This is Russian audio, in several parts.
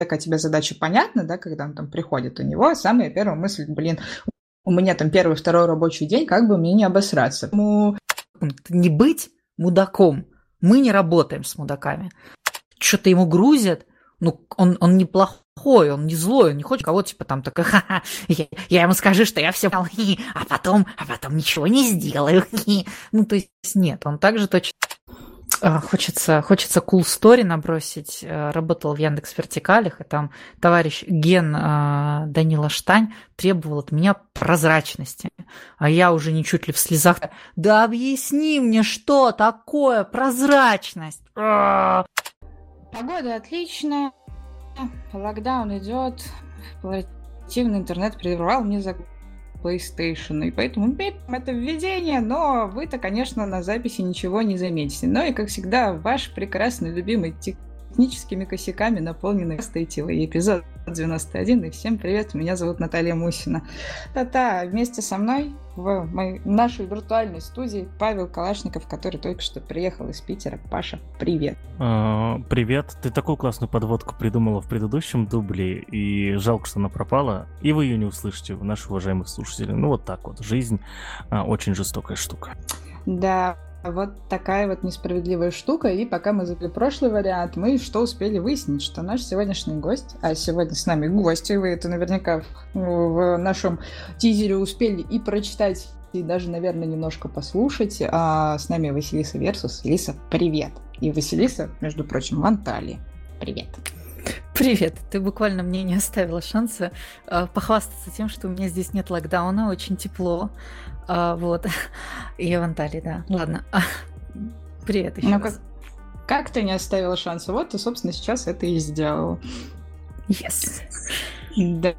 такая тебе задача понятна, да, когда он там приходит, у него самая первая мысль, у меня там первый, второй рабочий день, как бы мне не обосраться. Не быть мудаком. Мы не работаем с мудаками. Что-то ему грузят. Ну, он неплохой, он не злой, он не хочет кого-то типа там такой, ха-ха, я ему скажу, что я все понял, а потом ничего не сделаю. Ну, то есть нет, он также точно... Хочется cool story набросить. Работал в Яндекс.Вертикалях, и там товарищ Ген Данила Штань требовал от меня прозрачности. А я уже не чуть ли в слезах. Да объясни мне, что такое прозрачность? Погода отличная, локдаун идет, активный интернет прервал мне за PlayStation, и поэтому это введение, но вы-то, конечно, на записи ничего не заметите. Ну и, как всегда, ваш прекрасный, любимый техническими косяками наполненный стейтивый эпизод 91. И всем привет, меня зовут Наталья Мусина. Та-та, вместе со мной в нашей виртуальной студии Павел Калашников, который только что приехал из Питера. Паша, привет. Привет. Ты такую классную подводку придумала в предыдущем дубле, и жалко, что она пропала. И вы ее не услышите, наши уважаемых слушателей. Ну вот так вот. Жизнь очень жестокая штука. Да, вот такая вот несправедливая штука. И пока мы забыли прошлый вариант, мы что успели выяснить, что наш сегодняшний гость, а сегодня с нами гости, вы это наверняка в нашем тизере успели и прочитать, и даже, наверное, немножко послушать. А с нами Василиса Версус. Василиса, привет. И Василиса, между прочим, в Анталии. Привет. Привет. Ты буквально мне не оставила шанса похвастаться тем, что у меня здесь нет локдауна, очень тепло. Вот. И в Анталии, да. Ладно. Привет еще раз. Как ты не оставила шанса? Вот ты, собственно, сейчас это и сделала. Yes. Да.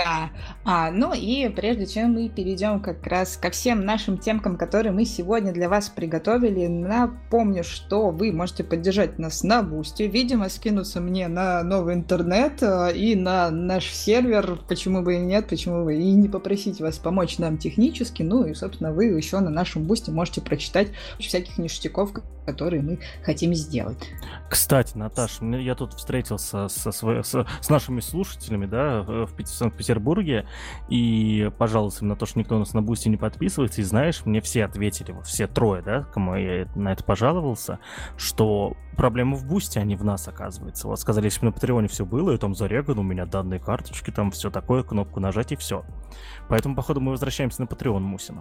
Ну и прежде чем мы перейдем как раз ко всем нашим темкам, которые мы сегодня для вас приготовили, напомню, что вы можете поддержать нас на Бусти, видимо, скинуться мне на новый интернет и на наш сервер, почему бы и нет, почему бы и не попросить вас помочь нам технически, ну и, собственно, вы еще на нашем Бусти можете прочитать всяких ништяков, которые мы хотим сделать. Кстати, Наташ, я тут встретился с нашими слушателями, да, в Санкт-Петербурге, и пожаловался им на то, что никто у нас на Бусти не подписывается, и знаешь, мне все ответили, вот все трое, да, кому я на это пожаловался, что проблема в Бусти, а не в нас, оказывается. Вот сказали, если бы на Патреоне все было, и там зарегано, у меня данные карточки, там все такое, кнопку нажать и все. Поэтому, походу, мы возвращаемся на Патреон Мусина.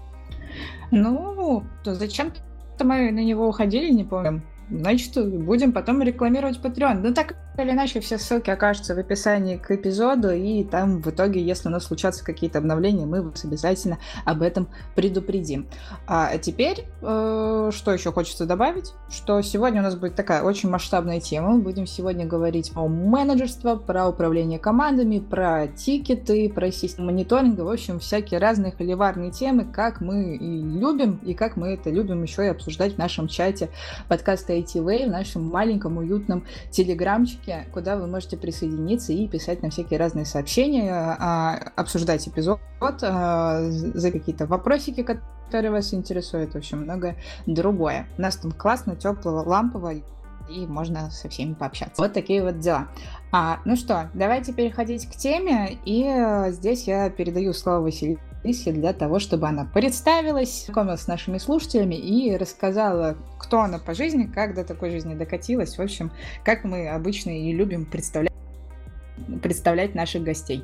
Ну, то зачем-то мы на него уходили, не помню. Значит, будем потом рекламировать Patreon. Ну, так или иначе, все ссылки окажутся в описании к эпизоду, и там в итоге, если у нас случатся какие-то обновления, мы вас обязательно об этом предупредим. А теперь, что еще хочется добавить, что сегодня у нас будет такая очень масштабная тема. Мы будем сегодня говорить о менеджерстве, про управление командами, про тикеты, про систему мониторинга, в общем, всякие разные холиварные темы, как мы и любим, и как мы это любим еще и обсуждать в нашем чате подкаста IT-Way, в нашем маленьком уютном телеграмчике, куда вы можете присоединиться и писать нам всякие разные сообщения, обсуждать эпизод, за какие-то вопросики, которые вас интересуют, в общем, многое другое. У нас там классно, тепло, лампово, и можно со всеми пообщаться. Вот такие вот дела. Ну что, давайте переходить к теме, и здесь я передаю слово Василисе для того, чтобы она представилась, знакомилась с нашими слушателями и рассказала, кто она по жизни, как до такой жизни докатилась, в общем, как мы обычно и любим представлять наших гостей.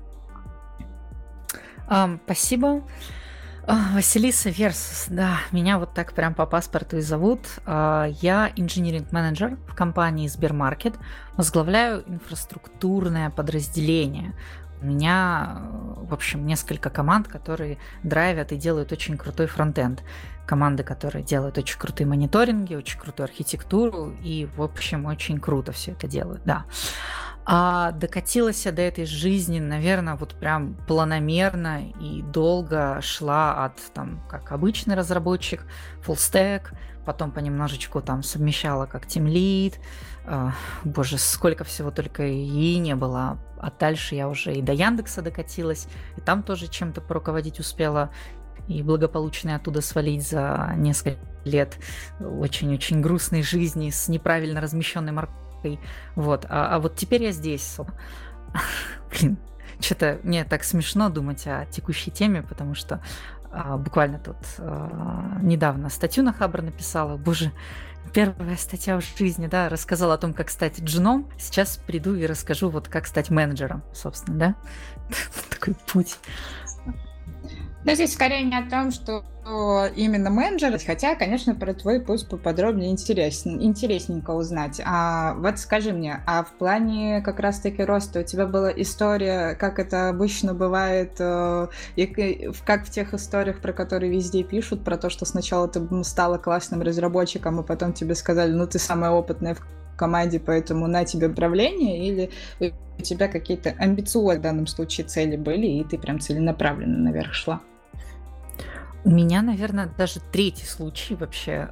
Спасибо. Василиса Версус, да, меня вот так прям по паспорту и зовут. Я инжиниринг-менеджер в компании Сбермаркет, возглавляю инфраструктурное подразделение. У меня, в общем, несколько команд, которые драйвят и делают очень крутой фронтенд. Команды, которые делают очень крутые мониторинги, очень крутую архитектуру и, в общем, очень круто все это делают, да. Докатилась я до этой жизни, наверное, вот прям планомерно и долго шла от, там, как обычный разработчик, full stack, потом понемножечку там совмещала как тимлид. Боже, сколько всего только и не было. А дальше я уже и до Яндекса докатилась, и там тоже чем-то поруководить успела, и благополучно оттуда свалить за несколько лет очень-очень грустной жизни с неправильно размещенной Вот. А вот теперь я здесь. Блин, что-то мне так смешно думать о текущей теме, потому что буквально тут недавно статью на Хабр написала. Боже, первая статья в жизни, да, рассказала о том, как стать джуном. Сейчас приду и расскажу, вот как стать менеджером, собственно, да. Такой путь. Да, здесь скорее не о том, что именно менеджер, хотя, конечно, про твой путь поподробнее интересненько узнать. А вот скажи мне, а в плане как раз-таки роста у тебя была история, как это обычно бывает, и как в тех историях, про которые везде пишут, про то, что сначала ты стала классным разработчиком, а потом тебе сказали, ну ты самая опытная в команде, поэтому на тебе управление, или у тебя какие-то амбициозные в данном случае цели были, и ты прям целенаправленно наверх шла? У меня, наверное, даже третий случай вообще.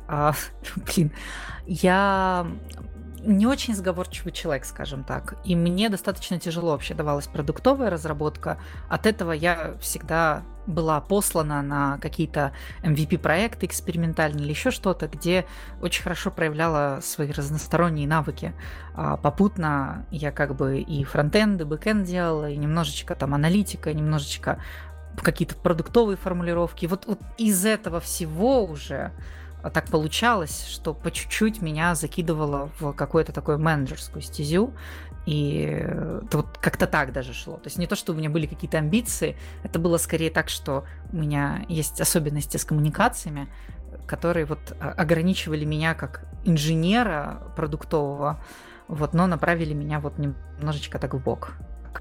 Я не очень сговорчивый человек, скажем так, и мне достаточно тяжело вообще давалась продуктовая разработка. От этого я всегда была послана на какие-то MVP-проекты экспериментальные или еще что-то, где очень хорошо проявляла свои разносторонние навыки. Попутно я как бы и фронтенд, и бэкенд делала, и немножечко там аналитика, и немножечко какие-то продуктовые формулировки. Вот из этого всего уже так получалось, что по чуть-чуть меня закидывало в какую-то такую менеджерскую стезю, и это вот как-то так даже шло. То есть не то, что у меня были какие-то амбиции, это было скорее так, что у меня есть особенности с коммуникациями, которые вот ограничивали меня как инженера продуктового, вот, но направили меня вот немножечко так вбок.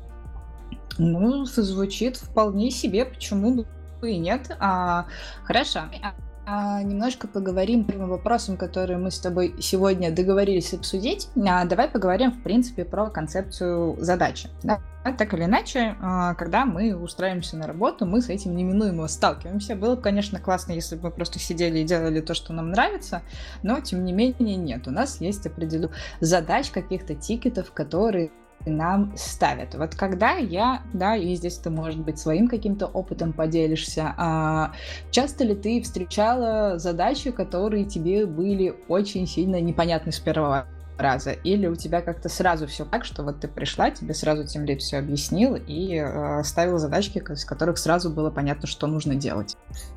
Ну, звучит вполне себе, почему бы и нет. Хорошо. Немножко поговорим первым вопросом, который мы с тобой сегодня договорились обсудить. Давай поговорим, в принципе, про концепцию задачи. Да? Так или иначе, когда мы устраиваемся на работу, мы с этим неминуемо сталкиваемся. Было бы, конечно, классно, если бы мы просто сидели и делали то, что нам нравится, но, тем не менее, нет. У нас есть определенная задач, каких-то тикетов, которые нам ставят. Вот когда и здесь ты, может быть, своим каким-то опытом поделишься, часто ли ты встречала задачи, которые тебе были очень сильно непонятны с первого раза? Или у тебя как-то сразу все так, что вот ты пришла, тебе сразу тимлид все объяснил и ставил задачки, с которых сразу было понятно, что нужно делать?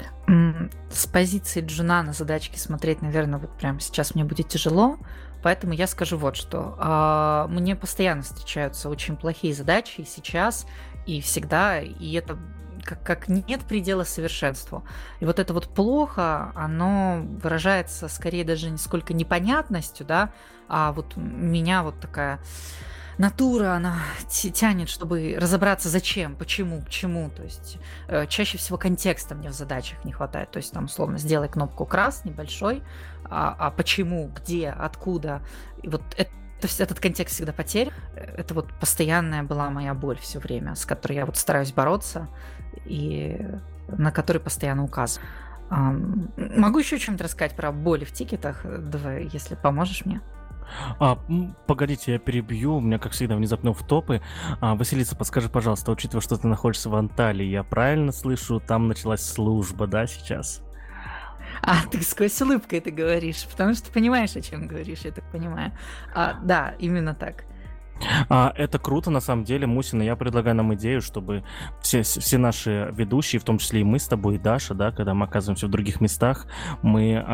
С позиции джуна на задачки смотреть, наверное, вот прямо сейчас мне будет тяжело. Поэтому я скажу вот что. Мне постоянно встречаются очень плохие задачи и сейчас, и всегда, и это как нет предела совершенству. И вот это вот плохо, оно выражается скорее даже не сколько непонятностью, да, а вот меня вот такая натура, она тянет, чтобы разобраться, зачем, почему, к чему. То есть чаще всего контекста мне в задачах не хватает. То есть там, условно, сделай кнопку красный, большой, а почему, где, откуда. И вот этот контекст всегда потерян. Это вот постоянная была моя боль все время, с которой я вот стараюсь бороться и на которой постоянно указываю. Могу еще чем-то рассказать про боли в тикетах? Давай, если поможешь мне. Погодите, я перебью. У меня, как всегда, внезапно в топы. Василиса, подскажи, пожалуйста, учитывая, что ты находишься в Анталии, я правильно слышу, там началась служба, да, сейчас? Ты сквозь улыбку это говоришь, потому что понимаешь, о чем говоришь, я так понимаю. Да, именно так. Это круто, на самом деле, Мусина. Я предлагаю нам идею, чтобы все наши ведущие, в том числе и мы с тобой, и Даша, да, когда мы оказываемся в других местах, мы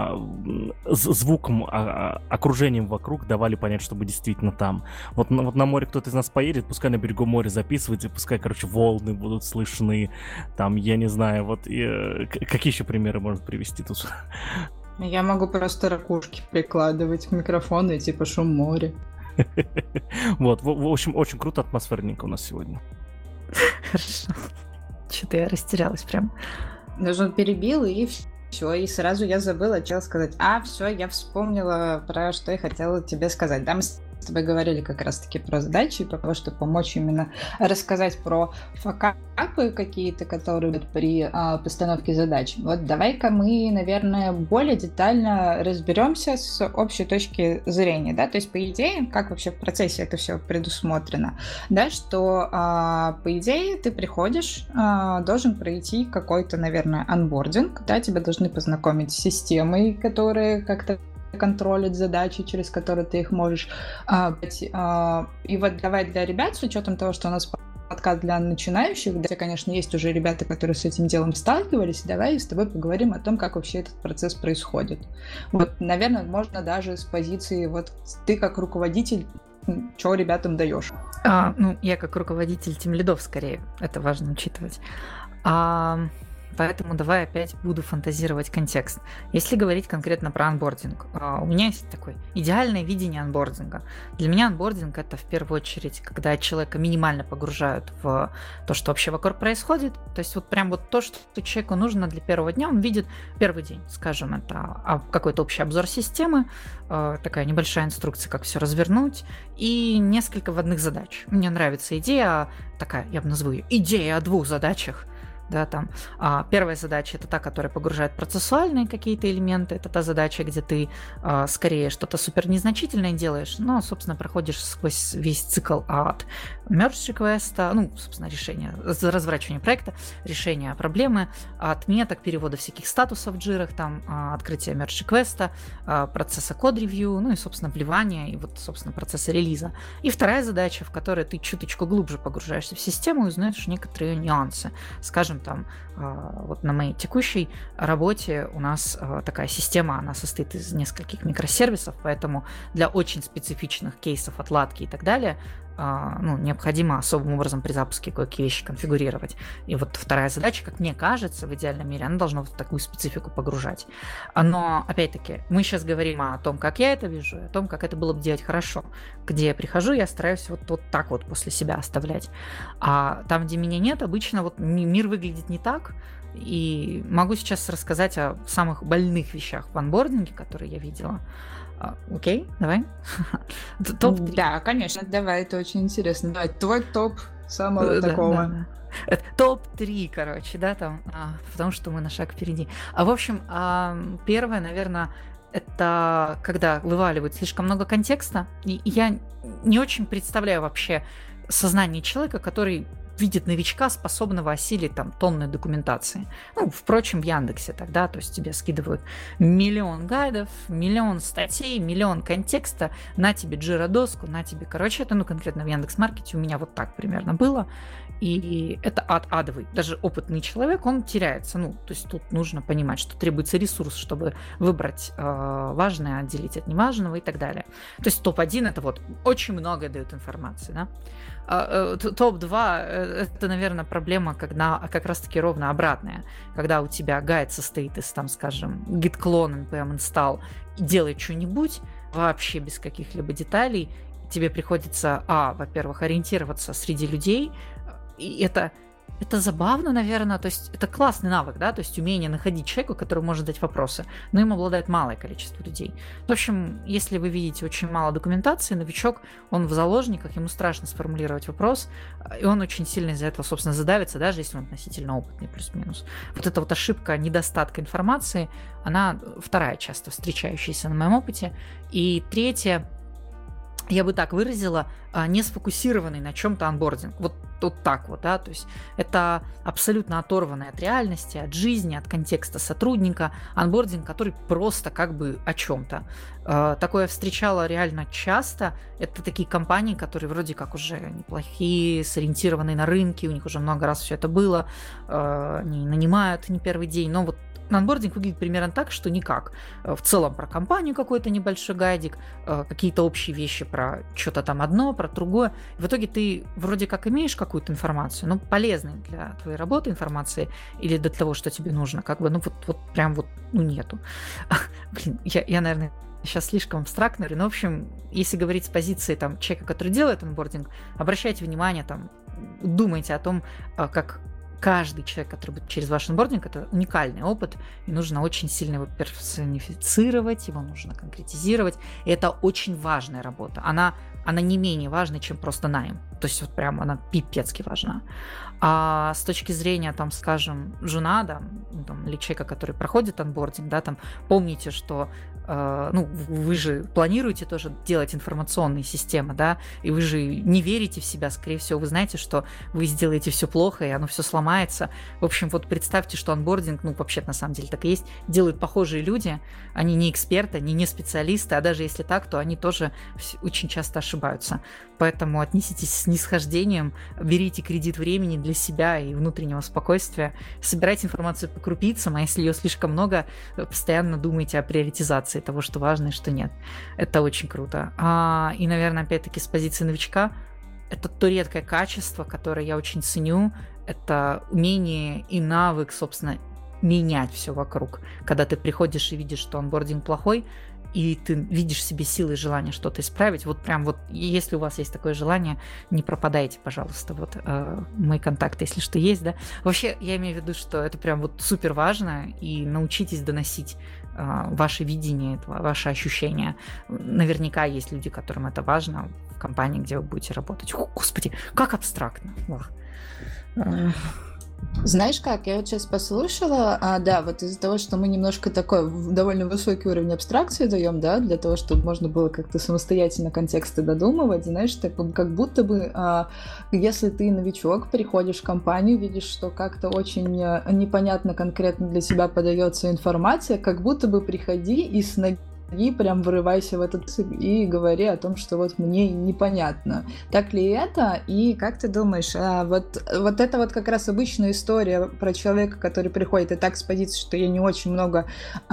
звуком, окружением вокруг давали понять, что мы действительно там. Вот на море кто-то из нас поедет, пускай на берегу моря записывается, пускай, короче, волны будут слышны. Там, я не знаю, вот какие еще примеры можно привести тут? Я могу просто ракушки прикладывать к микрофону и типа шум моря. Вот, в общем, очень круто, атмосферненько у нас сегодня. Хорошо. Что-то я растерялась прям. Даже он перебил, и все, и сразу я забыла, что сказать. Все, я вспомнила, про что я хотела тебе сказать. Да, мы с тобой говорили как раз-таки про задачи, про то, чтобы помочь именно рассказать про факапы какие-то, которые будут при постановке задач. Вот давай-ка мы, наверное, более детально разберемся с общей точки зрения, да, то есть, по идее, как вообще в процессе это все предусмотрено, да, что, по идее, ты приходишь, должен пройти какой-то, наверное, онбординг, да, тебя должны познакомить с системой, которая как-то контролить задачи, через которые ты их можешь. И вот давай для ребят, с учетом того, что у нас подкаст для начинающих, да, конечно, есть уже ребята, которые с этим делом сталкивались, давай с тобой поговорим о том, как вообще этот процесс происходит. Вот, наверное, можно даже с позиции, вот ты как руководитель, что ребятам даешь? Я как руководитель тимлидов, скорее, это важно учитывать. Поэтому давай опять буду фантазировать контекст. Если говорить конкретно про анбординг, у меня есть такое идеальное видение анбординга. Для меня анбординг — это в первую очередь, когда человека минимально погружают в то, что вообще вокруг происходит. То есть вот прям вот то, что человеку нужно для первого дня, он видит первый день, скажем, это какой-то общий обзор системы, такая небольшая инструкция, как все развернуть, и несколько вводных задач. Мне нравится идея такая, я бы назову ее идея о 2 задачах. Да, там. Первая задача — это та, которая погружает процессуальные какие-то элементы. Это та задача, где ты скорее что-то супер незначительное делаешь, но, собственно, проходишь сквозь весь цикл от merge request, собственно, решение, разворачивания проекта, решения проблемы, отметок, перевода всяких статусов в джирах, там, открытия merge request, процесса код-ревью, и, собственно, вливания, и вот, собственно, процесса релиза. И вторая задача, в которой ты чуточку глубже погружаешься в систему и узнаешь некоторые нюансы. Скажем, там, вот на моей текущей работе у нас такая система, она состоит из нескольких микросервисов, поэтому для очень специфичных кейсов отладки и так далее необходимо особым образом при запуске кое-какие вещи конфигурировать. И вот вторая задача, как мне кажется, в идеальном мире, она должна в такую специфику погружать. Но, опять-таки, мы сейчас говорим о том, как я это вижу, о том, как это было бы делать хорошо. Где я прихожу, я стараюсь вот так вот после себя оставлять. А там, где меня нет, обычно вот мир выглядит не так. И могу сейчас рассказать о самых больных вещах в онбординге, которые я видела. Окей, давай. Топ-3. Да, конечно, давай, это очень интересно. Давай, твой топ самого такого. Да. Топ-3, короче, да, там, потому что мы на шаг впереди. В общем, первое, наверное, это когда вываливают слишком много контекста. И я не очень представляю вообще сознание человека, который видит новичка, способного осилить там тонны документации. Впрочем, в Яндексе тогда, то есть тебе скидывают миллион гайдов, миллион статей, миллион контекста, на тебе джира-доску, на тебе, короче, это, конкретно в Яндекс.Маркете у меня вот так примерно было, и это адовый. Даже опытный человек, он теряется, то есть тут нужно понимать, что требуется ресурс, чтобы выбрать важное, отделить от неважного и так далее. То есть топ-1 это вот очень много дают информации, да. Топ-2 это, наверное, проблема, когда как раз-таки ровно обратная. Когда у тебя гайд состоит из, там, скажем, git clone, npm install, и делай что-нибудь вообще без каких-либо деталей, тебе приходится, во-первых, ориентироваться среди людей, и это забавно, наверное, то есть это классный навык, да, то есть умение находить человека, который может задать вопросы, но им обладает малое количество людей. В общем, если вы видите очень мало документации, новичок, он в заложниках, ему страшно сформулировать вопрос, и он очень сильно из-за этого, собственно, задавится, даже если он относительно опытный, плюс-минус. Вот эта вот ошибка недостатка информации, она вторая часто встречающаяся на моем опыте. И третья, я бы так выразила, не сфокусированный на чем-то онбординг. Вот так вот, да, то есть это абсолютно оторванный от реальности, от жизни, от контекста сотрудника, онбординг, который просто как бы о чем-то. Такое я встречала реально часто. Это такие компании, которые вроде как уже неплохие, сориентированные на рынке, у них уже много раз все это было, не нанимают не первый день, но вот онбординг выглядит примерно так, что никак. В целом про компанию какой-то небольшой гайдик, какие-то общие вещи про что-то там одно, про другое. В итоге ты вроде как имеешь какую-то информацию, но полезной для твоей работы информации или для того, что тебе нужно, как бы, нету. Блин, я, наверное, сейчас слишком абстрактно, но, в общем, если говорить с позиции там человека, который делает онбординг, обращайте внимание, там, думайте о том, как каждый человек, который будет через ваш онбординг, это уникальный опыт, и нужно очень сильно его персонифицировать, его нужно конкретизировать, и это очень важная работа. Она она не менее важна, чем просто найм. То есть вот прям она пипецки важна. А с точки зрения, там, скажем, жена, да, там, или человека, который проходит онбординг, да, там, помните, что вы же планируете тоже делать информационные системы, да, и вы же не верите в себя, скорее всего, вы знаете, что вы сделаете все плохо, и оно все сломается. В общем, вот представьте, что онбординг, вообще на самом деле так и есть, делают похожие люди, они не эксперты, они не специалисты, а даже если так, то они тоже очень часто ошибаются. Поэтому отнеситесь с снисхождением, берите кредит времени для себя и внутреннего спокойствия, собирайте информацию по крупицам, а если ее слишком много, постоянно думайте о приоритизации того, что важно и что нет. Это очень круто. И, наверное, опять-таки с позиции новичка, это то редкое качество, которое я очень ценю, это умение и навык, собственно, менять все вокруг. Когда ты приходишь и видишь, что онбординг плохой, и ты видишь в себе силы и желание что-то исправить, вот прям вот, если у вас есть такое желание, не пропадайте, пожалуйста, вот мои контакты, если что, есть, да. Вообще, я имею в виду, что это прям вот супер важно, и научитесь доносить ваше видение этого, ваши ощущения. Наверняка есть люди, которым это важно в компании, где вы будете работать. О, Господи, как абстрактно. Знаешь как, я вот сейчас послушала, да, вот из-за того, что мы немножко такой довольно высокий уровень абстракции даем, да, для того, чтобы можно было как-то самостоятельно контексты додумывать, знаешь, так, как будто бы, если ты новичок, приходишь в компанию, видишь, что как-то очень непонятно конкретно для себя подается информация, как будто бы приходи и с ноги прям вырывайся в этот и говори о том, что вот мне непонятно. Так ли это? И как ты думаешь, вот это вот как раз обычная история про человека, который приходит и так с позиции, что я не очень много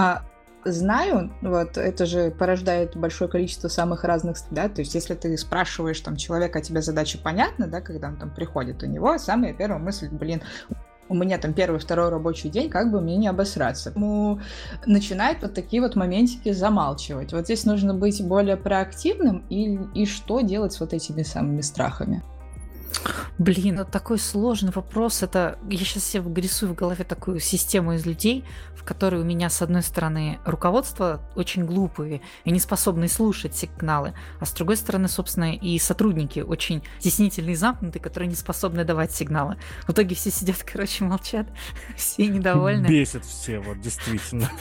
знаю, вот это же порождает большое количество самых разных, да, то есть если ты спрашиваешь там человека, а тебе задача понятна, да, когда он там приходит, у него самая первая мысль, у меня там первый-второй рабочий день, как бы мне не обосраться. Ему начинают вот такие вот моментики замалчивать. Вот здесь нужно быть более проактивным и что делать с вот этими самыми страхами? Блин, это такой сложный вопрос. Я сейчас себе рисую в голове такую систему из людей, в которой у меня, с одной стороны, руководство очень глупые и не способные слушать сигналы, а с другой стороны, собственно, и сотрудники очень стеснительные и замкнутые, которые не способны давать сигналы. В итоге все сидят, молчат, все недовольны. Бесит все, вот, действительно.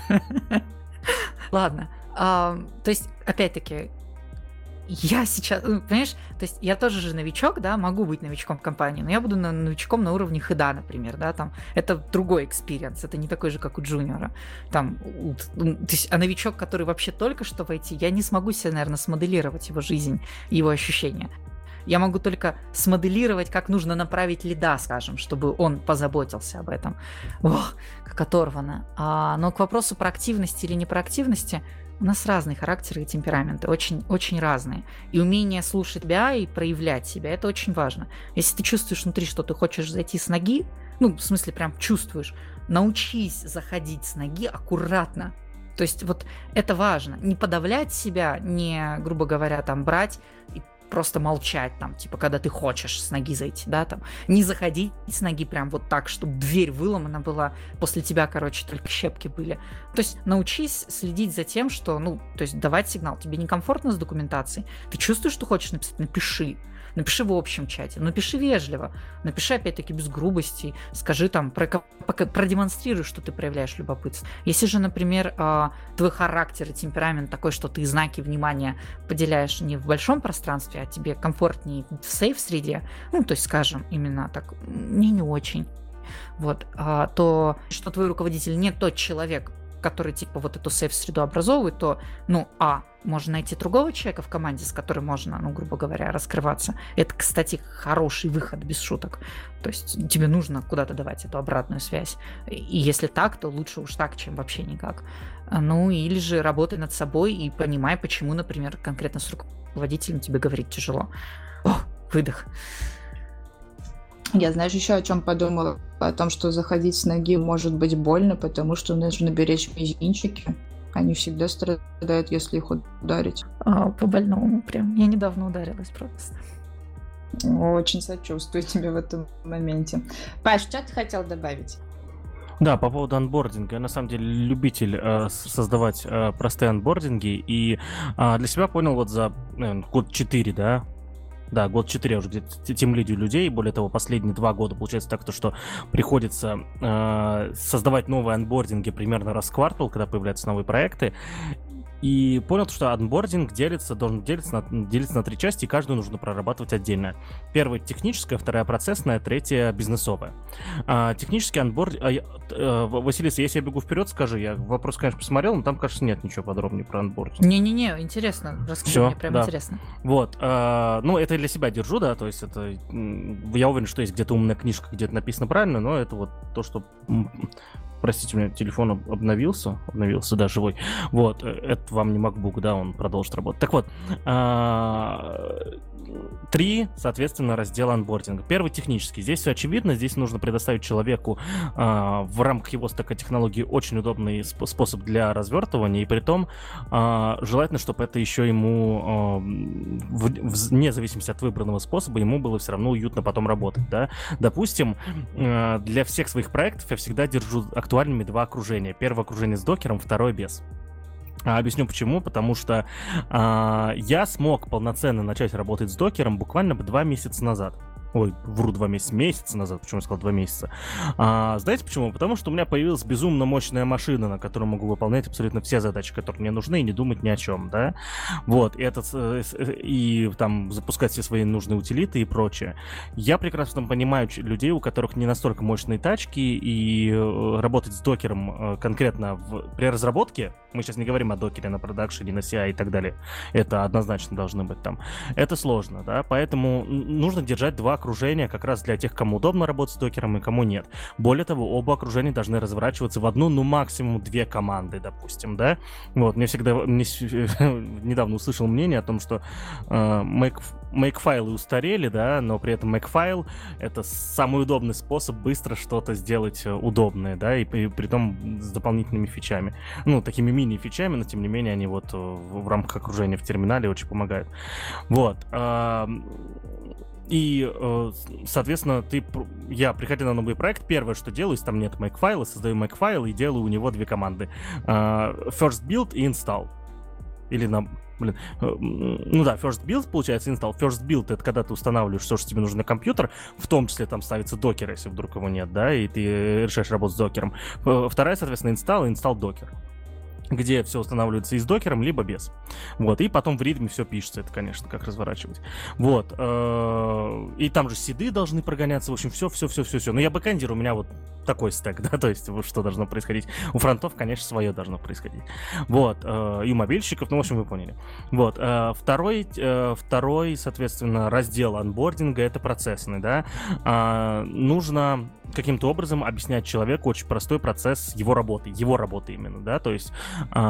Ладно. То есть, опять-таки, я сейчас, понимаешь, то есть я тоже же новичок, да, могу быть новичком в компании, но я буду новичком на уровне хеда, например, да, там, это другой экспириенс, это не такой же, как у джуниора, там, то есть, а новичок, который вообще только что войти, я не смогу себе, наверное, смоделировать его жизнь, его ощущения. Я могу только смоделировать, как нужно направить лида, скажем, чтобы он позаботился об этом. Ох, как оторвано. Но к вопросу проактивности или непроактивности, у нас разные характеры и темпераменты, очень разные. И умение слушать себя и проявлять себя, это очень важно. Если ты чувствуешь внутри, что ты хочешь зайти с ноги, в смысле прям чувствуешь, научись заходить с ноги аккуратно. То есть вот это важно. Не подавлять себя, не, грубо говоря, там брать и просто молчать, там, типа, когда ты хочешь с ноги зайти, да, там, не заходить с ноги прям вот так, чтобы дверь выломана была, после тебя, только щепки были. То есть научись следить за тем, что, то есть давать сигнал, тебе некомфортно с документацией, ты чувствуешь, что хочешь написать, напиши в общем чате, напиши вежливо, напиши опять-таки без грубостей, скажи там, продемонстрируй, что ты проявляешь любопытство. Если же, например, твой характер и темперамент такой, что ты знаки внимания поделяешь не в большом пространстве, а тебе комфортнее в сейф-среде, то есть, скажем, именно так, мне не очень, вот, то, что твой руководитель не тот человек, который типа вот эту сейф-среду образовывает, то, можно найти другого человека в команде, с которым можно, грубо говоря, раскрываться. Это, кстати, хороший выход, без шуток. То есть тебе нужно куда-то давать эту обратную связь. И если так, то лучше уж так, чем вообще никак. Или же работай над собой и понимай, почему, например, конкретно с руководителем тебе говорить тяжело. Выдох. Я, знаешь, еще о чем подумала? О том, что заходить с ноги может быть больно, потому что нужно беречь мизинчики. Они всегда страдают, если их ударить. По-больному прям. Я недавно ударилась просто. Очень сочувствую тебе в этом моменте. Паш, что ты хотел добавить? Да, по поводу анбординга. Я на самом деле любитель создавать простые анбординги, и для себя понял вот за год 4, да. Да, год 4 я уже где-то тимлидю людей. Более того, последние 2 года получается так, что приходится создавать новые анбординги примерно раз в квартал, когда появляются новые проекты. И понял, что анбординг должен делиться на 3 части, и каждую нужно прорабатывать отдельно. Первая техническая, вторая процессная, третья бизнесовая. Технический анбординг... Василиса, если я бегу вперед, скажи, я вопрос, конечно, посмотрел, но там, кажется, нет ничего подробнее про анбординг. Не-не-не, интересно, расскажи, мне прям интересно. Вот, это для себя держу, да, то есть это... Я уверен, что есть где-то умная книжка, где-то написано правильно, но это вот то, что... Простите, у меня телефон обновился, да, живой. Вот, это вам не MacBook, да, он продолжит работать. Так вот, 3, соответственно, раздела анбординга. Первый технический. Здесь все очевидно. Здесь нужно предоставить человеку в рамках его стека технологий очень удобный способ для развертывания. И при том желательно, чтобы это еще ему, вне зависимости от выбранного способа, ему было все равно уютно потом работать. Да? Допустим, для всех своих проектов я всегда держу актуальными 2 окружения. Первое окружение с докером, второе без. Объясню почему. Потому что я смог полноценно начать работать с докером буквально 2 месяца назад. Ой, вру, 2 месяца назад. Почему я сказал 2 месяца? Знаете почему? Потому что у меня появилась безумно мощная машина, на которой могу выполнять абсолютно все задачи, которые мне нужны, и не думать ни о чем, да? Вот, и там запускать все свои нужные утилиты и прочее. Я прекрасно понимаю людей, у которых не настолько мощные тачки, и работать с докером конкретно при разработке, мы сейчас не говорим о докере на продакшене, на CI и так далее, это однозначно должно быть там, это сложно, да? Поэтому нужно держать 2 окружения как раз для тех, кому удобно работать с докером и кому нет. Более того, оба окружения должны разворачиваться в одну, максимум 2 команды, допустим, да? Вот, недавно услышал мнение о том, что Makefile устарели, да, но при этом Makefile — это самый удобный способ быстро что-то сделать удобное, да, и при том с дополнительными фичами. Ну, такими мини-фичами, но тем не менее они вот в рамках окружения в терминале очень помогают. Вот. И, соответственно, я, приходя на новый проект, первое, что делаю, если там нет Makefile, создаю Makefile и делаю у него 2 команды. First build и install. Или first build, получается, install. First build — это когда ты устанавливаешь все, что тебе нужно на компьютер, в том числе там ставится докер, если вдруг его нет, да, и ты решаешь работать с докером. Вторая, соответственно, install и install докер, где все устанавливается и с докером, либо без. Вот, и потом в ритме все пишется, это, конечно, как разворачивать. Вот, и там же сиды должны прогоняться, в общем, все. Но я бэкэндер, у меня вот такой стек, да, то есть вот что должно происходить. У фронтов, конечно, свое должно происходить. Вот, и у мобильщиков, в общем, вы поняли. Вот, второй, соответственно, раздел анбординга — это процессный, да. Нужно каким-то образом объяснять человеку очень простой процесс его работы именно, да, то есть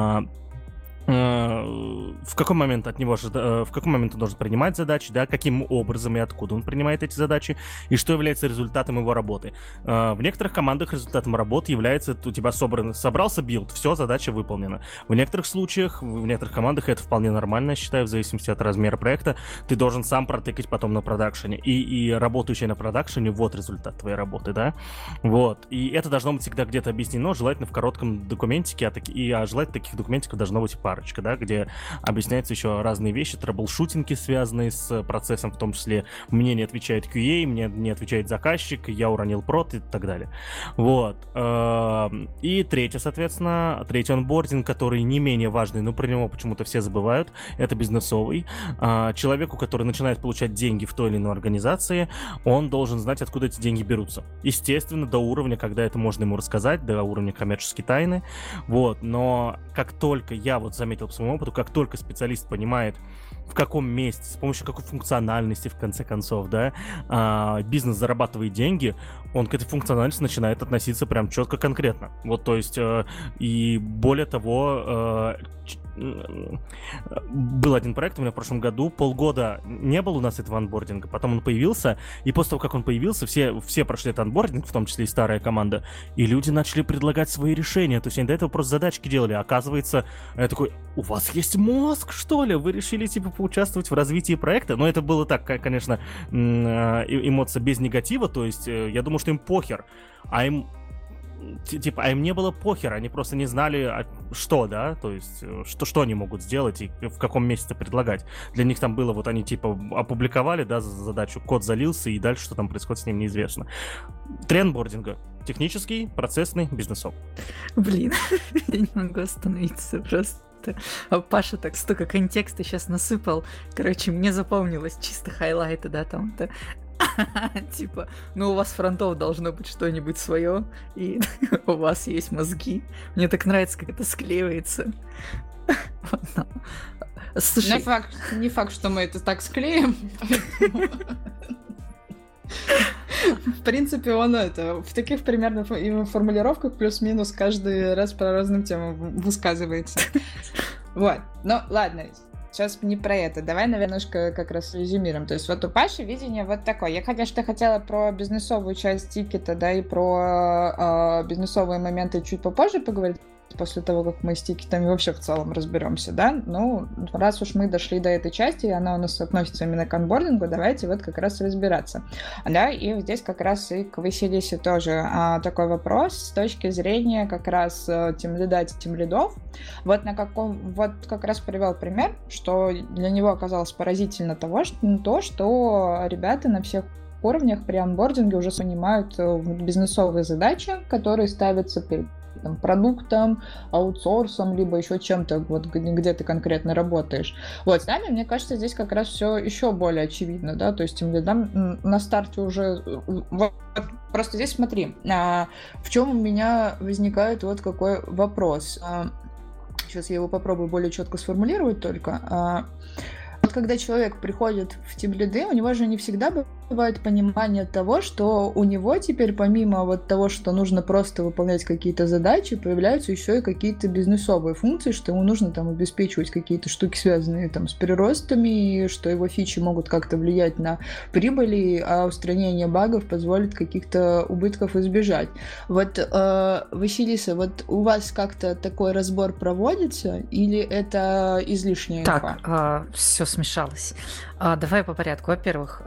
в какой момент он должен принимать задачи, да, каким образом и откуда он принимает эти задачи, и что является результатом его работы. В некоторых командах результатом работы является: у тебя собрался билд, все, задача выполнена. В некоторых случаях, в некоторых командах это вполне нормально, я считаю, в зависимости от размера проекта, ты должен сам протыкать потом на продакшене, и работающий на продакшене, вот результат твоей работы, да, вот, и это должно быть всегда где-то объяснено, желательно в коротком документике, а желательно таких документиков должно быть пара, да, где объясняются еще разные вещи, трэблшутинги, связанные с процессом, в том числе мне не отвечает QA, мне не отвечает заказчик, я уронил прод и так далее. Вот. И третий онбординг, который не менее важный, но про него почему-то все забывают, это бизнесовый. Человеку, который начинает получать деньги в той или иной организации, он должен знать, откуда эти деньги берутся. Естественно, до уровня, когда это можно ему рассказать, до уровня коммерческой тайны. Вот. Но как только я заметил по своему опыту, как только специалист понимает, в каком месте, с помощью какой функциональности, в конце концов, да, бизнес зарабатывает деньги, он к этой функциональности начинает относиться прям четко, конкретно. Вот, то есть, и более того, был один проект у меня в прошлом году, полгода не было у нас этого анбординга, потом он появился, и после того, как он появился, все прошли этот анбординг, в том числе и старая команда, и люди начали предлагать свои решения, то есть они до этого просто задачки делали, а оказывается, я такой: у вас есть мозг, что ли? Вы решили, типа, поучаствовать в развитии проекта? Но это было так, конечно, эмоция без негатива, то есть я думаю, что им похер, а им типа, а им не было похер, они просто не знали, что, да, то есть, что они могут сделать и в каком месяце предлагать. Для них там было, вот они, типа, опубликовали, да, задачу, код залился, и дальше, что там происходит с ним, неизвестно. Три онбординга. Технический, процессный, бизнесов. Блин, я не могу остановиться просто. А Паша так столько контекста сейчас насыпал. Короче, мне запомнилось чисто хайлайты, да, там-то. Типа, ну у вас фронтов должно быть что-нибудь свое, и у вас есть мозги. Мне так нравится, как это склеивается. Слушай, Не факт, что мы это так склеим. В принципе, он в таких примерно формулировках плюс-минус каждый раз по разным темам высказывается. Вот. Ну, ладно. Сейчас не про это. Давай, наверное, немножко как раз резюмируем. То есть вот у Паши видение вот такое. Я, конечно, хотела про бизнесовую часть тикета, да, и про бизнесовые моменты чуть попозже поговорить, после того, как мы с тикетами вообще в целом разберемся, да, ну, раз уж мы дошли до этой части, и она у нас относится именно к онбордингу, давайте вот как раз разбираться, да, и здесь как раз и к Василисе тоже такой вопрос с точки зрения как раз тимлида, тимлидов, вот как раз привел пример, что для него оказалось поразительно то, что ребята на всех уровнях при онбординге уже понимают бизнесовые задачи, которые ставятся перед продуктом, аутсорсом, либо еще чем-то, вот где ты конкретно работаешь. Вот, с нами, мне кажется, здесь как раз все еще более очевидно, да, то есть тимлидам на старте уже... Вот, просто здесь смотри, в чем у меня возникает вот какой вопрос. Сейчас я его попробую более четко сформулировать только. Вот когда человек приходит в тимлиды, у него же не всегда бывает понимание того, что у него теперь помимо вот того, что нужно просто выполнять какие-то задачи, появляются еще и какие-то бизнесовые функции, что ему нужно там обеспечивать какие-то штуки, связанные там с приростами, что его фичи могут как-то влиять на прибыли, а устранение багов позволит каких-то убытков избежать. Вот, Василиса, вот у вас как-то такой разбор проводится или это излишняя инфа? Так, все смешалось. Давай по порядку. Во-первых,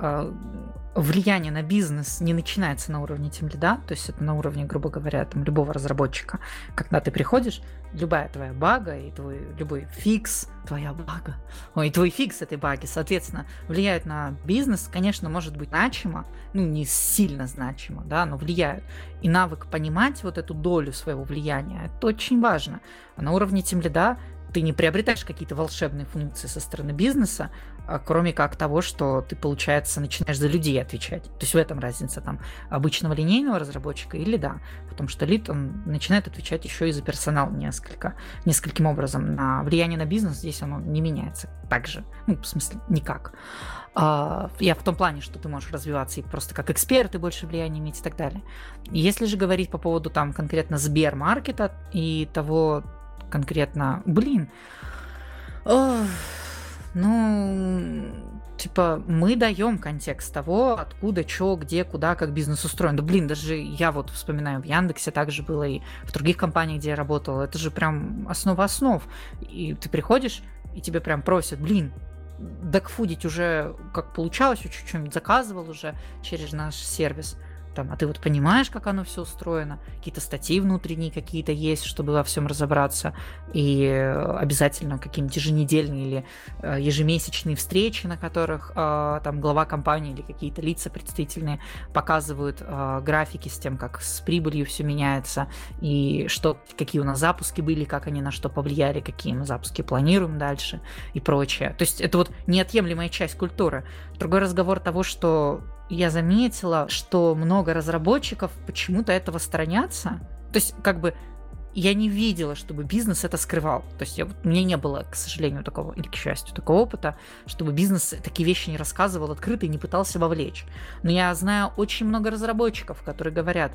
влияние на бизнес не начинается на уровне тимлида, то есть это на уровне, грубо говоря, там, любого разработчика. Когда ты приходишь, любая твоя бага и твой любой фикс, твоя бага, твой фикс этой баги, соответственно, влияют на бизнес, конечно, может быть значимо, ну, не сильно значимо, да, но влияют. И навык понимать вот эту долю своего влияния, это очень важно. А на уровне тимлида ты не приобретаешь какие-то волшебные функции со стороны бизнеса, кроме как того, что ты, получается, начинаешь за людей отвечать. То есть в этом разница там обычного линейного разработчика и лида. Потому что лид, он начинает отвечать еще и за персонал нескольким образом. На влияние на бизнес здесь оно не меняется так же. Ну, в смысле, никак. Я в том плане, что ты можешь развиваться и просто как эксперт и больше влияния иметь и так далее. Если же говорить по поводу там конкретно Сбермаркета и того, конкретно, типа, мы даем контекст того, откуда, что, где, куда, как бизнес устроен. Да, даже я вот вспоминаю, в Яндексе также было и в других компаниях, где я работала. Это же прям основа основ. И ты приходишь, и тебе прям просят, докфудить уже как получалось, что-нибудь заказывал уже через наш сервис. Там, а ты вот понимаешь, как оно все устроено, какие-то статьи внутренние какие-то есть, чтобы во всем разобраться, и обязательно какие-нибудь еженедельные или ежемесячные встречи, на которых там глава компании или какие-то лица представительные показывают графики с тем, как с прибылью все меняется, и какие у нас запуски были, как они на что повлияли, какие мы запуски планируем дальше и прочее. То есть это вот неотъемлемая часть культуры. Другой разговор того, что я заметила, что много разработчиков почему-то этого сторонятся. То есть, как бы, я не видела, чтобы бизнес это скрывал. То есть, у меня не было, к сожалению, такого, или к счастью, такого опыта, чтобы бизнес такие вещи не рассказывал открыто и не пытался вовлечь. Но я знаю очень много разработчиков, которые говорят,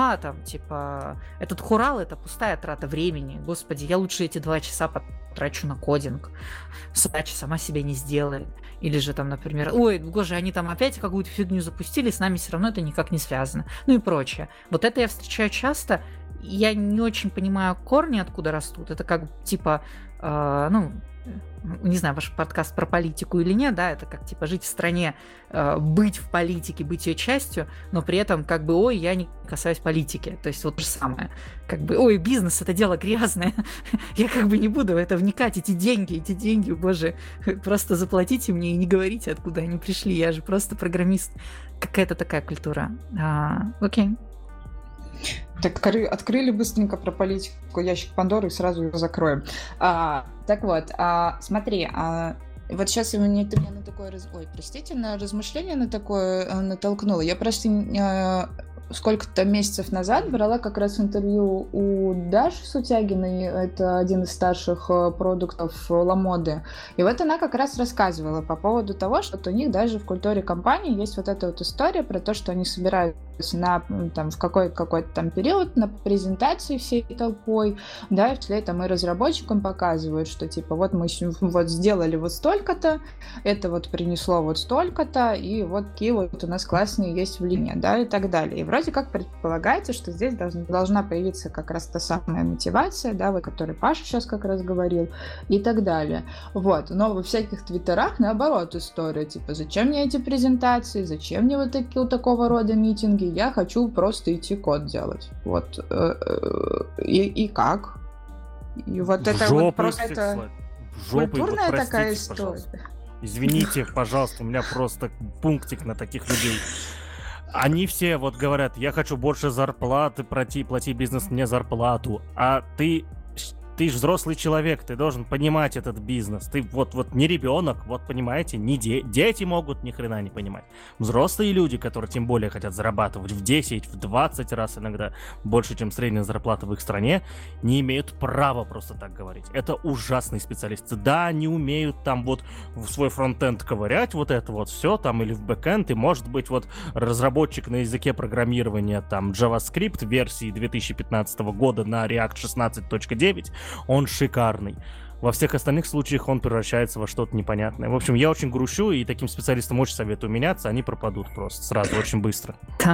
этот Хурал — это пустая трата времени. Господи, я лучше эти 2 часа потрачу на кодинг. Задача сама себя не сделает. Или же там, например, они там опять какую-то фигню запустили, с нами все равно это никак не связано. Ну и прочее. Вот это я встречаю часто. Я не очень понимаю корни, откуда растут. Это как, не знаю, ваш подкаст про политику или нет, да, это как, типа, жить в стране, быть в политике, быть ее частью, но при этом, как бы, ой, я не касаюсь политики, то есть вот то же самое, как бы, ой, бизнес — это дело грязное, я как бы не буду в это вникать, эти деньги, боже, просто заплатите мне и не говорите, откуда они пришли, я же просто программист, какая-то такая культура. Окей. Так открыли быстренько про политику ящик Пандоры и сразу его закроем. Так вот, смотри, вот сейчас ты меня на такое, на размышление на такое натолкнула. Я просто сколько-то месяцев назад брала как раз интервью у Даши Сутягиной, это один из старших продуктов Ламоды, и вот она как раз рассказывала по поводу того, что у них даже в культуре компании есть вот эта вот история про то, что они собираются в какой-то там период на презентации всей толпой, да, и вслед там и разработчикам показывают, что типа вот мы вот сделали вот столько-то, это вот принесло вот столько-то, и вот какие вот у нас классные есть влияния, да, и так далее. И вроде как предполагается, что здесь должна появиться как раз та самая мотивация, да, о которой Паша сейчас как раз говорил, и так далее. Вот. Но во всяких твиттерах наоборот история, типа, зачем мне эти презентации, зачем мне вот такого рода митинги, я хочу просто идти код делать. Вот. И как? И вот это вот просто это культурная вот такая история. Пожалуйста. Извините, пожалуйста, у меня просто пунктик на таких людей. Они все вот говорят, я хочу больше зарплаты, плати бизнес мне зарплату, а ты же взрослый человек, ты должен понимать этот бизнес. Ты вот не ребенок, вот понимаете, не дети могут ни хрена не понимать. Взрослые люди, которые тем более хотят зарабатывать в 10, в 20 раз иногда больше, чем средняя зарплата в их стране, не имеют права просто так говорить. Это ужасные специалисты. Да, они умеют там вот в свой фронтенд ковырять вот это вот все там или в бэкенд, и может быть вот разработчик на языке программирования там JavaScript версии 2015 года на React 16.9, он шикарный. Во всех остальных случаях он превращается во что-то непонятное. В общем, я очень грущу, и таким специалистам очень советую меняться, они пропадут просто сразу, очень быстро.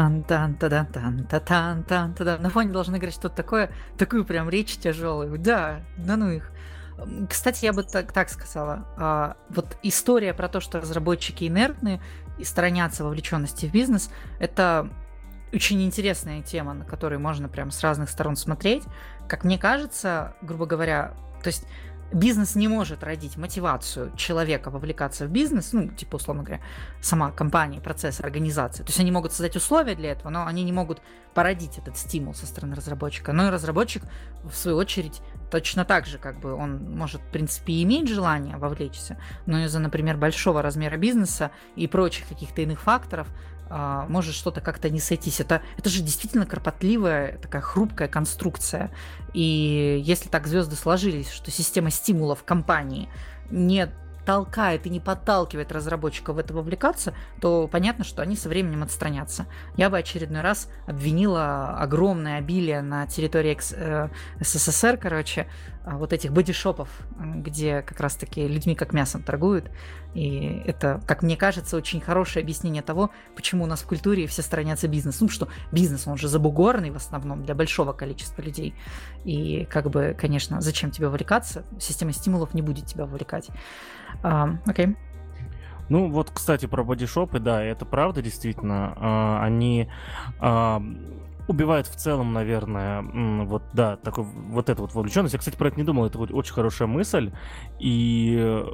Тан-тан-та-дан-тан-та-дан-та-дан. На фоне должны играть что-то такое, такую прям речь тяжелую. Да ну их. Кстати, я бы так сказала. Вот история про то, что разработчики инертны и сторонятся вовлеченности в бизнес, это очень интересная тема, на которую можно прям с разных сторон смотреть. Как мне кажется, грубо говоря, то есть бизнес не может родить мотивацию человека вовлекаться в бизнес, ну, типа, условно говоря, сама компания, процесс, организация. То есть они могут создать условия для этого, но они не могут породить этот стимул со стороны разработчика. Но и разработчик, в свою очередь, точно так же, как бы он может, в принципе, иметь желание вовлечься, но из-за, например, большого размера бизнеса и прочих каких-то иных факторов может что-то как-то не сойтись. Это же действительно кропотливая, такая хрупкая конструкция. И если так звезды сложились, что система стимулов компании не толкает и не подталкивает разработчиков в это вовлекаться, то понятно, что они со временем отстранятся. Я бы очередной раз обвинила огромное обилие на территории СССР, вот этих бодишопов, где как раз-таки людьми как мясом торгуют. И это, как мне кажется, очень хорошее объяснение того, почему у нас в культуре все сторонятся бизнеса. Ну что, бизнес, он же забугорный в основном для большого количества людей. И как бы, конечно, зачем тебе вовлекаться? Система стимулов не будет тебя вовлекать. Окей. Ну вот, кстати, про бодишопы, да, это правда, действительно. Они убивают в целом, наверное, вот, да, такой, вот эту вот вовлеченность. Я, кстати, про это не думал, это очень хорошая мысль. И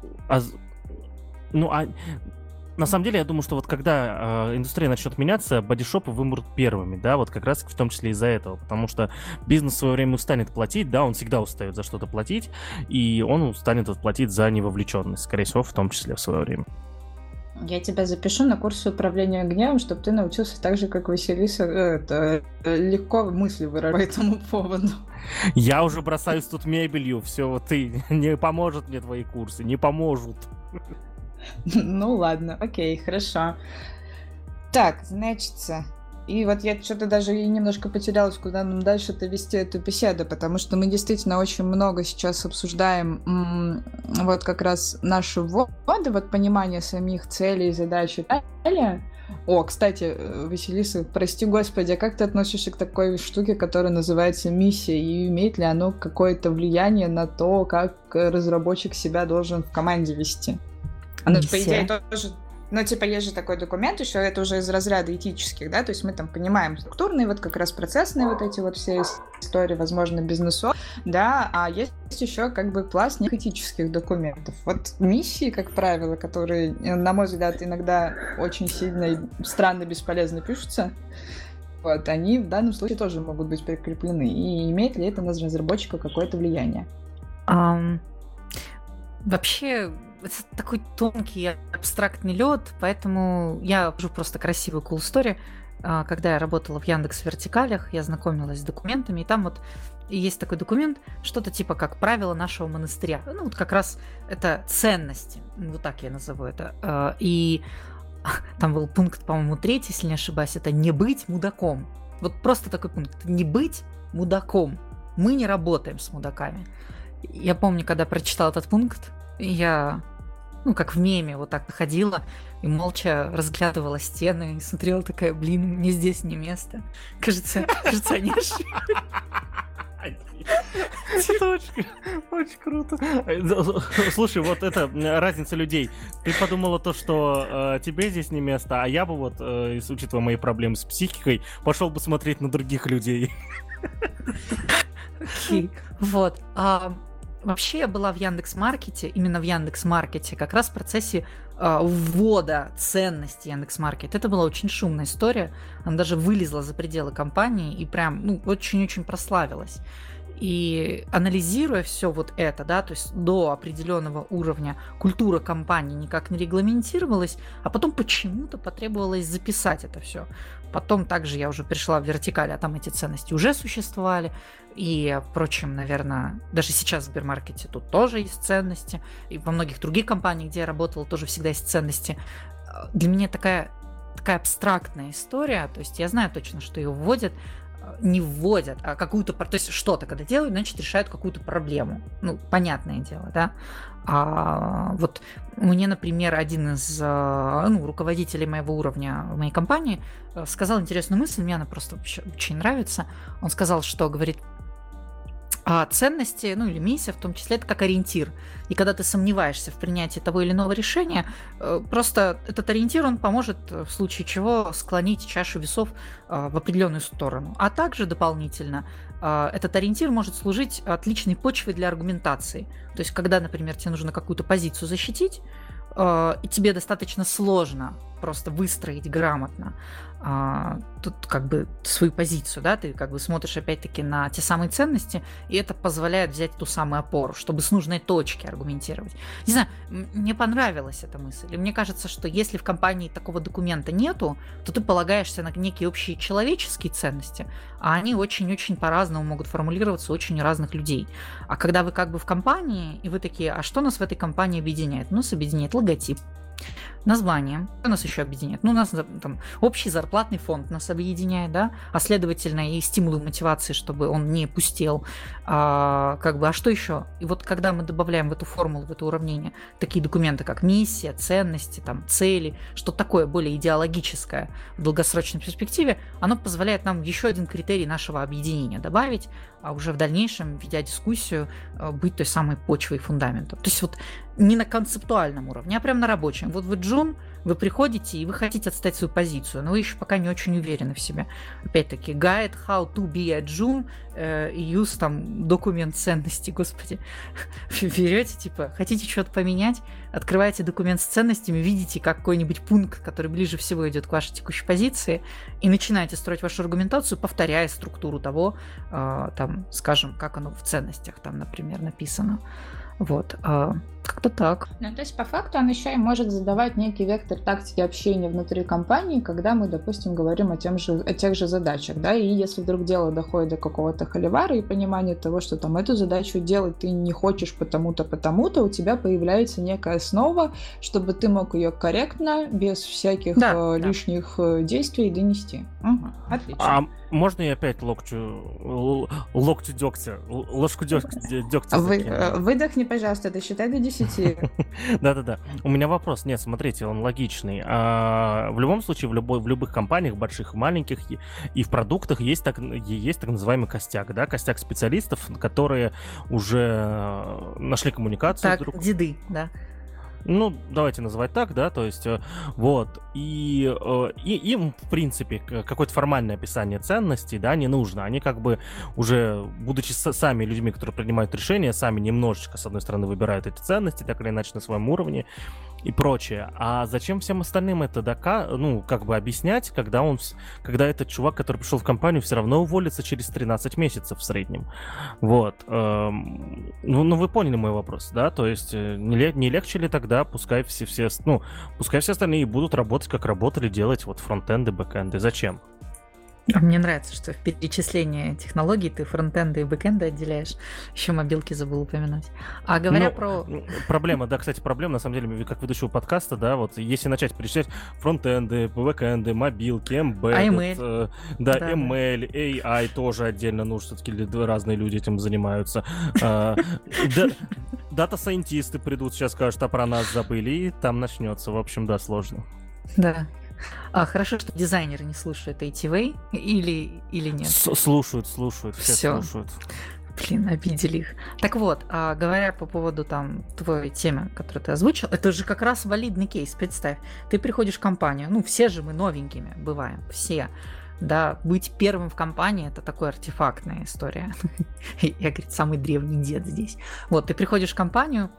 на самом деле, я думаю, что вот когда индустрия начнет меняться, бодишопы вымрут первыми, да, вот как раз в том числе из-за этого, потому что бизнес в свое время устанет платить, да, он всегда устает за что-то платить, и он устанет платить за невовлеченность, скорее всего, в том числе в свое время. Я тебя запишу на курсы управления гневом, чтобы ты научился так же, как Василиса, легко мысли выражать по этому поводу. Я уже бросаюсь тут мебелью, все, вот ты, не поможет мне твои курсы, не поможут. Ну ладно, окей, хорошо. Так, значит, и вот я что-то даже и немножко потерялась, куда нам дальше-то вести эту беседу, потому что мы действительно очень много сейчас обсуждаем вот как раз наши вводы, вот понимание самих целей, задач и так далее. О, кстати, Василиса, прости господи, а как ты относишься к такой штуке, которая называется миссия, и имеет ли оно какое-то влияние на то, как разработчик себя должен в команде вести? Оно, по идее, тоже... Ну, типа, есть же такой документ еще, это уже из разряда этических, да, то есть мы там понимаем структурные, вот как раз процессные вот эти вот все истории, возможно, бизнесов, да, а есть еще как бы пласт этических документов. Вот миссии, как правило, которые, на мой взгляд, иногда очень сильно и странно, бесполезно пишутся, вот, они в данном случае тоже могут быть прикреплены. И имеет ли это на разработчика какое-то влияние? Вообще... Это такой тонкий, абстрактный лед, поэтому я покажу просто красивую cool story. Когда я работала в Яндекс.Вертикалях, я знакомилась с документами, и там вот есть такой документ, что-то типа как правило нашего монастыря. Ну, вот как раз это ценности, вот так я назову это. И там был пункт, по-моему, 3, если не ошибаюсь, это «не быть мудаком». Вот просто такой пункт. «Не быть мудаком». Мы не работаем с мудаками. Я помню, когда прочитала этот пункт, я... Ну, как в меме, вот так ходила и молча разглядывала стены и смотрела такая, блин, мне здесь не место. Кажется, они ошиблись. Это очень круто. Слушай, вот это разница людей. Ты подумала то, что тебе здесь не место, а я бы вот, учитывая мои проблемы с психикой, пошел бы смотреть на других людей. Окей, вот. Вообще я была в Яндекс.Маркете, именно в Яндекс.Маркете, как раз в процессе ввода ценностей Яндекс.Маркет. Это была очень шумная история, она даже вылезла за пределы компании и прям, ну, очень-очень прославилась. И анализируя все вот это, да, то есть до определенного уровня культура компании никак не регламентировалась, а потом почему-то потребовалось записать это все. Потом также я уже пришла в вертикаль, а там эти ценности уже существовали. И, впрочем, наверное, даже сейчас в Сбермаркете тут тоже есть ценности. И во многих других компаниях, где я работала, тоже всегда есть ценности. Для меня такая абстрактная история. То есть я знаю точно, что ее вводят, не вводят, а какую-то... То есть что-то, когда делают, значит, решают какую-то проблему. Ну, понятное дело, да? Вот мне, например, один из руководителей моего уровня в моей компании сказал интересную мысль, мне она просто очень нравится. Он сказал, что, говорит, ценности, ну или миссия в том числе, это как ориентир. И когда ты сомневаешься в принятии того или иного решения, просто этот ориентир, он поможет в случае чего склонить чашу весов в определенную сторону. А также дополнительно этот ориентир может служить отличной почвой для аргументации. То есть, когда, например, тебе нужно какую-то позицию защитить, и тебе достаточно сложно просто выстроить грамотно тут как бы свою позицию, да, ты как бы смотришь опять-таки на те самые ценности, и это позволяет взять ту самую опору, чтобы с нужной точки аргументировать. Не знаю, мне понравилась эта мысль, и мне кажется, что если в компании такого документа нету, то ты полагаешься на некие общие человеческие ценности, а они очень-очень по-разному могут формулироваться у очень разных людей. А когда вы как бы в компании, и вы такие, а что нас в этой компании объединяет? Нас объединяет логотип, название. Что нас еще объединяет? Ну, у нас там общий зарплатный фонд нас объединяет, да, а следовательно и стимулы мотивации, чтобы он не пустел. А что еще? И вот когда мы добавляем в эту формулу, в это уравнение такие документы, как миссия, ценности, там, цели, что такое более идеологическое в долгосрочной перспективе, оно позволяет нам еще один критерий нашего объединения добавить, а уже в дальнейшем, ведя дискуссию, быть той самой почвой и фундаментом. То есть вот не на концептуальном уровне, а прям на рабочем. Вот вы джун, вы приходите и вы хотите отстать свою позицию, но вы еще пока не очень уверены в себе. Опять-таки, guide how to be a June, use там документ ценностей, господи. Берете, типа, хотите что-то поменять, открываете документ с ценностями, видите какой-нибудь пункт, который ближе всего идет к вашей текущей позиции, и начинаете строить вашу аргументацию, повторяя структуру того, там, скажем, как оно в ценностях там, например, написано. Вот, как-то так. Ну, то есть, по факту, он еще и может задавать некий вектор тактики общения внутри компании, когда мы, допустим, говорим о тех же задачах, да, и если вдруг дело доходит до какого-то холивара и понимания того, что там эту задачу делать ты не хочешь потому-то, у тебя появляется некая основа, чтобы ты мог ее корректно, без всяких лишних действий донести. Отлично. А можно я опять ложку дегтя закину? Выдохни, пожалуйста, досчитай до 10. 10. Да-да-да. У меня вопрос. Нет, смотрите, он логичный. В любом случае, в любых компаниях, больших и маленьких, и в продуктах есть так называемый костяк, да, костяк специалистов, которые уже нашли коммуникацию. Так, деды, да. Ну, давайте называть так, да, то есть, вот, и им, в принципе, какое-то формальное описание ценностей, да, не нужно, они как бы уже, будучи сами людьми, которые принимают решения, сами немножечко, с одной стороны, выбирают эти ценности, так или иначе, на своем уровне, и прочее. А зачем всем остальным это как бы объяснять, когда этот чувак, который пришел в компанию, все равно уволится через 13 месяцев в среднем? Вот. Ну, вы поняли мой вопрос, да? То есть не легче ли тогда, пускай все остальные будут работать, как работали, делать вот фронтенды, бэкенды? Зачем? Мне нравится, что в перечислении технологий ты фронтенды и бэкенды отделяешь. Еще мобилки забыл упомянуть. А говоря про... Проблема, да, кстати, проблема, на самом деле, как ведущего подкаста, да, вот если начать перечислять фронтенды, бэкенды, мобилки, ML. ML, AI тоже отдельно нужно, все-таки разные люди этим занимаются. Дата-сайентисты придут, сейчас скажут, а про нас забыли, и там начнется. В общем, да, сложно. Да. Хорошо, что дизайнеры не слушают ATV или нет? Слушают, все слушают. Блин, обидели их. Так вот, говоря по поводу там твоей темы, которую ты озвучил, это же как раз валидный кейс. Представь, ты приходишь в компанию, ну все же мы новенькими бываем, все. Да, быть первым в компании — это такая артефактная история. Я, говорит, самый древний дед здесь. Вот, ты приходишь в компанию,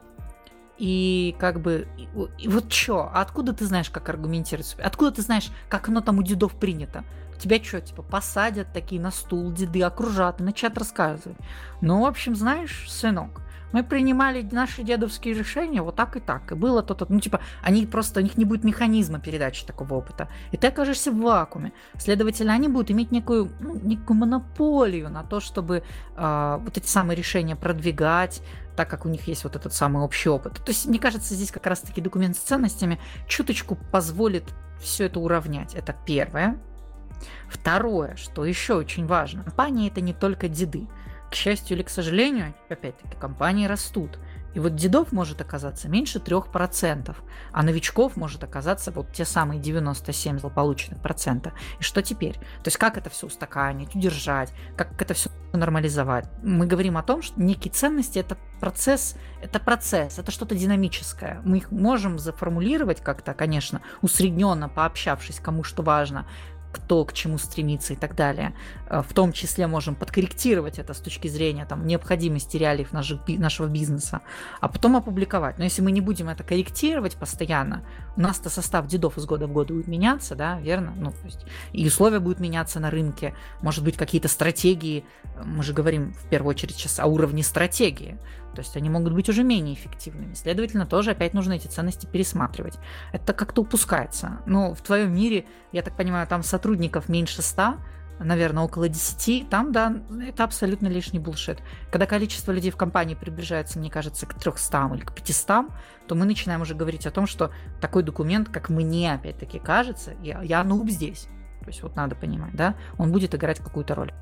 и как бы, и вот чё, а откуда ты знаешь, как аргументировать? Откуда ты знаешь, как оно там у дедов принято? Тебя что, типа, посадят такие на стул, деды окружат и начать рассказывать? Ну, в общем, знаешь, сынок, мы принимали наши дедовские решения вот так, и было то-то, ну, типа, у них не будет механизма передачи такого опыта, и ты окажешься в вакууме. Следовательно, они будут иметь некую монополию на то, чтобы вот эти самые решения продвигать, так как у них есть вот этот самый общий опыт. То есть, мне кажется, здесь как раз-таки документ с ценностями чуточку позволит все это уравнять. Это первое. Второе, что еще очень важно. Компания — это не только деды. К счастью или к сожалению, опять-таки, компании растут. И вот дедов может оказаться меньше 3%, а новичков может оказаться вот те самые 97 злополучных процента. И что теперь? То есть как это все устаканить, удержать, как это все нормализовать? Мы говорим о том, что некие ценности — это процесс, это что-то динамическое. Мы их можем заформулировать как-то, конечно, усредненно, пообщавшись, кому что важно, кто к чему стремится и так далее. В том числе можем подкорректировать это с точки зрения там, необходимости реалиев нашего бизнеса, а потом опубликовать. Но если мы не будем это корректировать постоянно, у нас-то состав дедов из года в год будет меняться, да, верно? Ну, то есть и условия будут меняться на рынке, может быть, какие-то стратегии, мы же говорим в первую очередь сейчас о уровне стратегии, то есть они могут быть уже менее эффективными. Следовательно, тоже опять нужно эти ценности пересматривать. Это как-то упускается. Но в твоем мире, я так понимаю, там сотрудников меньше 100, наверное, около 10. Там, да, это абсолютно лишний булшит. Когда количество людей в компании приближается, мне кажется, к 300 или к 500, то мы начинаем уже говорить о том, что такой документ, как мне опять-таки кажется, я нуб здесь. То есть вот надо понимать, да, он будет играть какую-то роль.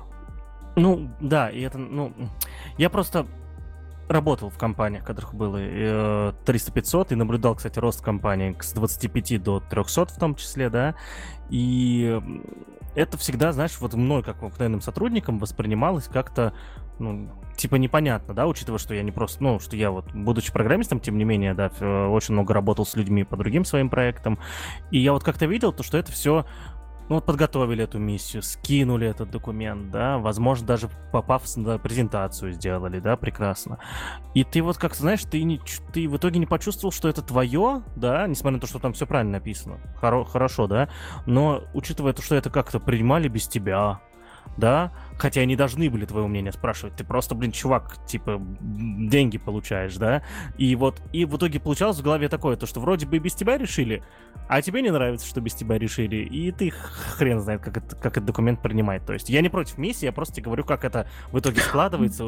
Ну, да, и это, я просто работал в компаниях, в которых было 300-500, и наблюдал, кстати, рост компании с 25 до 300 в том числе, да, и это всегда, знаешь, вот мной, как обыкновенным сотрудником, воспринималось как-то, типа непонятно, да, учитывая, что я не просто, что я вот, будучи программистом, тем не менее, да, очень много работал с людьми по другим своим проектам, и я вот как-то видел то, что это все... подготовили эту миссию, скинули этот документ, да, возможно, даже попав на презентацию сделали, да, прекрасно. И ты вот как-то, знаешь, ты в итоге не почувствовал, что это твое, да, несмотря на то, что там все правильно написано, хорошо, да, но учитывая то, что это как-то принимали без тебя, да, хотя они должны были твое мнение спрашивать, ты просто, чувак, типа, деньги получаешь, да, и в итоге получалось в голове такое, то, что вроде бы без тебя решили, а тебе не нравится, что без тебя решили, и ты хрен знает, как этот документ принимать, то есть я не против миссии, я просто тебе говорю, как это в итоге складывается,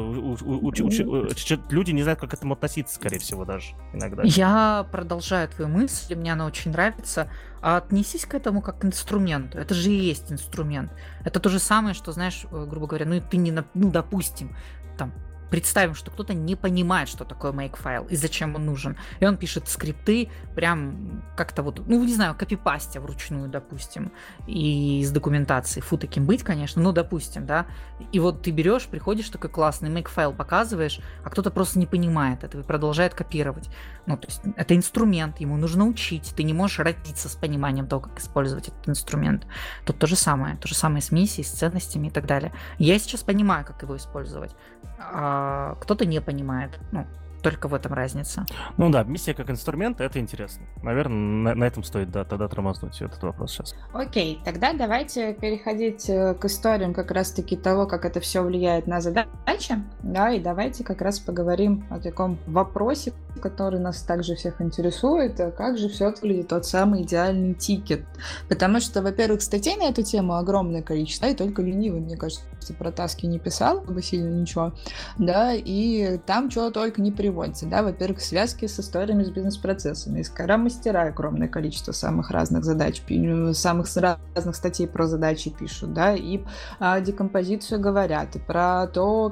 люди не знают, как к этому относиться, скорее всего, даже иногда. Я продолжаю твою мысль, мне она очень нравится, а отнесись к этому как к инструменту, это же и есть инструмент, это то же самое, что, знаешь, грубо говоря, ты не, допустим, там, представим, что кто-то не понимает, что такое makefile и зачем он нужен. И он пишет скрипты прям как-то вот, ну, не знаю, копипастя вручную, допустим, и из документации. Фу, таким быть, конечно, ну, допустим, да. И вот ты берешь, приходишь такой классный makefile показываешь, а кто-то просто не понимает этого и продолжает копировать. Ну, то есть это инструмент, ему нужно учить. Ты не можешь родиться с пониманием того, как использовать этот инструмент. Тут то же самое с миссией, с ценностями и так далее. Я сейчас понимаю, как его использовать, а кто-то не понимает. Ну, только в этом разница. Ну да, миссия как инструмент, это интересно. Наверное, на этом стоит, да, тогда тормознуть этот вопрос сейчас. Окей, тогда давайте переходить к историям как раз-таки того, как это все влияет на задачи, да, и давайте как раз поговорим о таком вопросе, который нас также всех интересует, как же все выглядит тот самый идеальный тикет. Потому что, во-первых, статей на эту тему огромное количество, и только ленивый, мне кажется, про таски не писал бы сильно ничего, да, и там чего только не приводится, да, во-первых, связки с историями, с бизнес-процессами, из Scrum-мастера огромное количество самых разных задач, самых разных статей про задачи пишут, да, и декомпозицию говорят, и про то,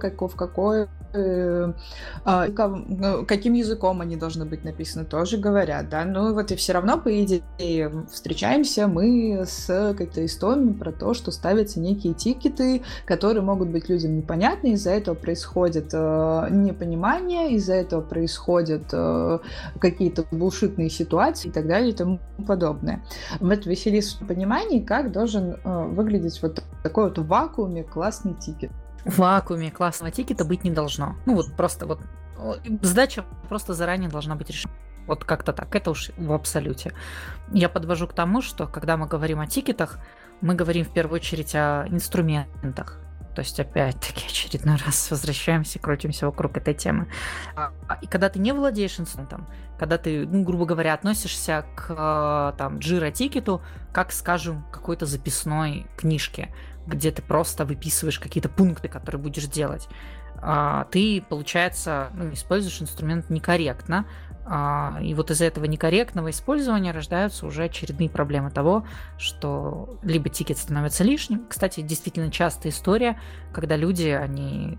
каким языком они должны быть написаны, тоже говорят, да, ну вот и все равно, по идее, встречаемся мы с какой-то историей про то, что ставятся некие тикеты, которые могут быть людям непонятны, из-за этого происходит непонимание, из-за этого происходят какие-то булшитные ситуации и так далее и тому подобное. Вот веселись в понимании, как должен выглядеть вот такой вот в вакууме классный тикет. В вакууме классного тикета быть не должно. Ну вот просто вот задача просто заранее должна быть решена. Вот как-то так. Это уж в абсолюте. Я подвожу к тому, что когда мы говорим о тикетах, мы говорим в первую очередь о инструментах. То есть, опять-таки, очередной раз возвращаемся, крутимся вокруг этой темы. И когда ты не владеешь инструментом, когда ты, ну, грубо говоря, относишься к там, Jira-тикету, как, скажем, какой-то записной книжке, где ты просто выписываешь какие-то пункты, которые будешь делать, ты, получается, используешь инструмент некорректно, и вот из-за этого некорректного использования рождаются уже очередные проблемы того, что либо тикет становится лишним. Кстати, действительно частая история, когда люди, они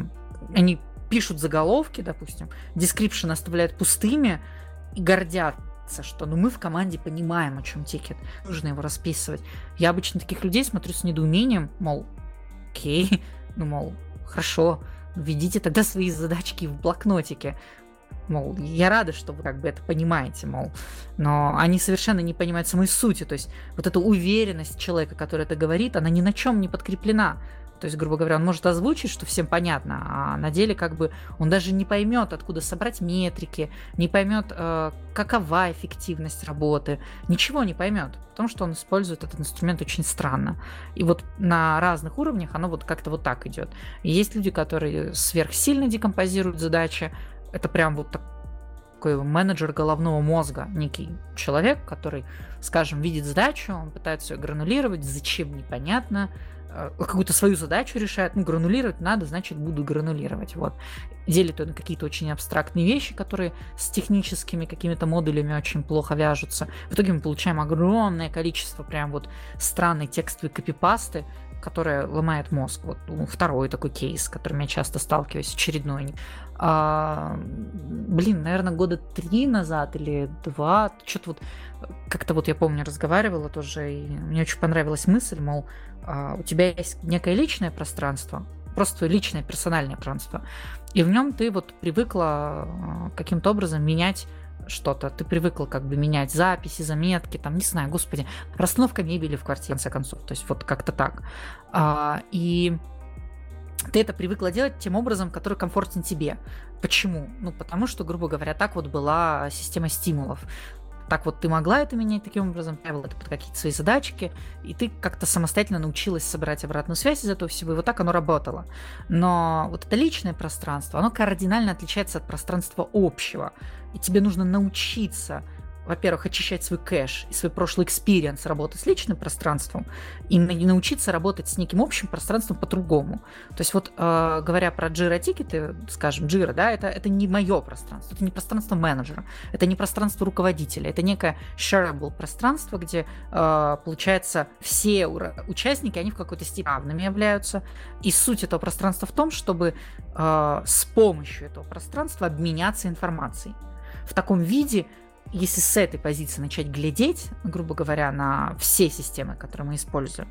пишут заголовки, допустим, description оставляют пустыми и гордятся, что мы в команде понимаем, о чем тикет, нужно его расписывать. Я обычно таких людей смотрю с недоумением, мол, окей, хорошо, введите тогда свои задачки в блокнотике. Мол, я рада, что вы как бы это понимаете, мол. Но они совершенно не понимают самой сути. То есть вот эта уверенность человека, который это говорит, она ни на чем не подкреплена. То есть, грубо говоря, он может озвучить, что всем понятно, а на деле как бы он даже не поймет, откуда собрать метрики, не поймет, какова эффективность работы, ничего не поймет, потому что он использует этот инструмент очень странно. И вот на разных уровнях оно вот как-то вот так идет. И есть люди, которые сверхсильно декомпозируют задачи. Это прям вот такой менеджер головного мозга, некий человек, который, скажем, видит задачу, он пытается ее гранулировать, зачем непонятно, какую-то свою задачу решает, гранулировать надо, значит, буду гранулировать, вот. Делит он какие-то очень абстрактные вещи, которые с техническими какими-то модулями очень плохо вяжутся. В итоге мы получаем огромное количество прям вот странной текстовой копипасты, которая ломает мозг. Вот второй такой кейс, с которым я часто сталкиваюсь, очередной. Наверное, года 3 назад или 2, что-то вот как-то вот я помню, разговаривала тоже, и мне очень понравилась мысль, мол, у тебя есть некое личное пространство, просто твое личное персональное пространство, и в нем ты вот привыкла каким-то образом менять что-то. Ты привыкла как бы менять записи, заметки, там, не знаю, господи, расстановка мебели в квартире, в конце концов. То есть вот как-то так. И ты это привыкла делать тем образом, который комфортен тебе. Почему? Потому что, грубо говоря, так вот была система стимулов. Так вот ты могла это менять таким образом, ставила это под какие-то свои задачки, и ты как-то самостоятельно научилась собирать обратную связь из этого всего, и вот так оно работало. Но вот это личное пространство, оно кардинально отличается от пространства общего, и тебе нужно научиться во-первых, очищать свой кэш и свой прошлый экспириенс работы с личным пространством и научиться работать с неким общим пространством по-другому. То есть вот говоря про Jira-тикеты, скажем, Jira, да, это не мое пространство, это не пространство менеджера, это не пространство руководителя, это некое shareable пространство, где, получается, все участники, они в какой-то степени равными являются. И суть этого пространства в том, чтобы с помощью этого пространства обменяться информацией. В таком виде, если с этой позиции начать глядеть, грубо говоря, на все системы, которые мы используем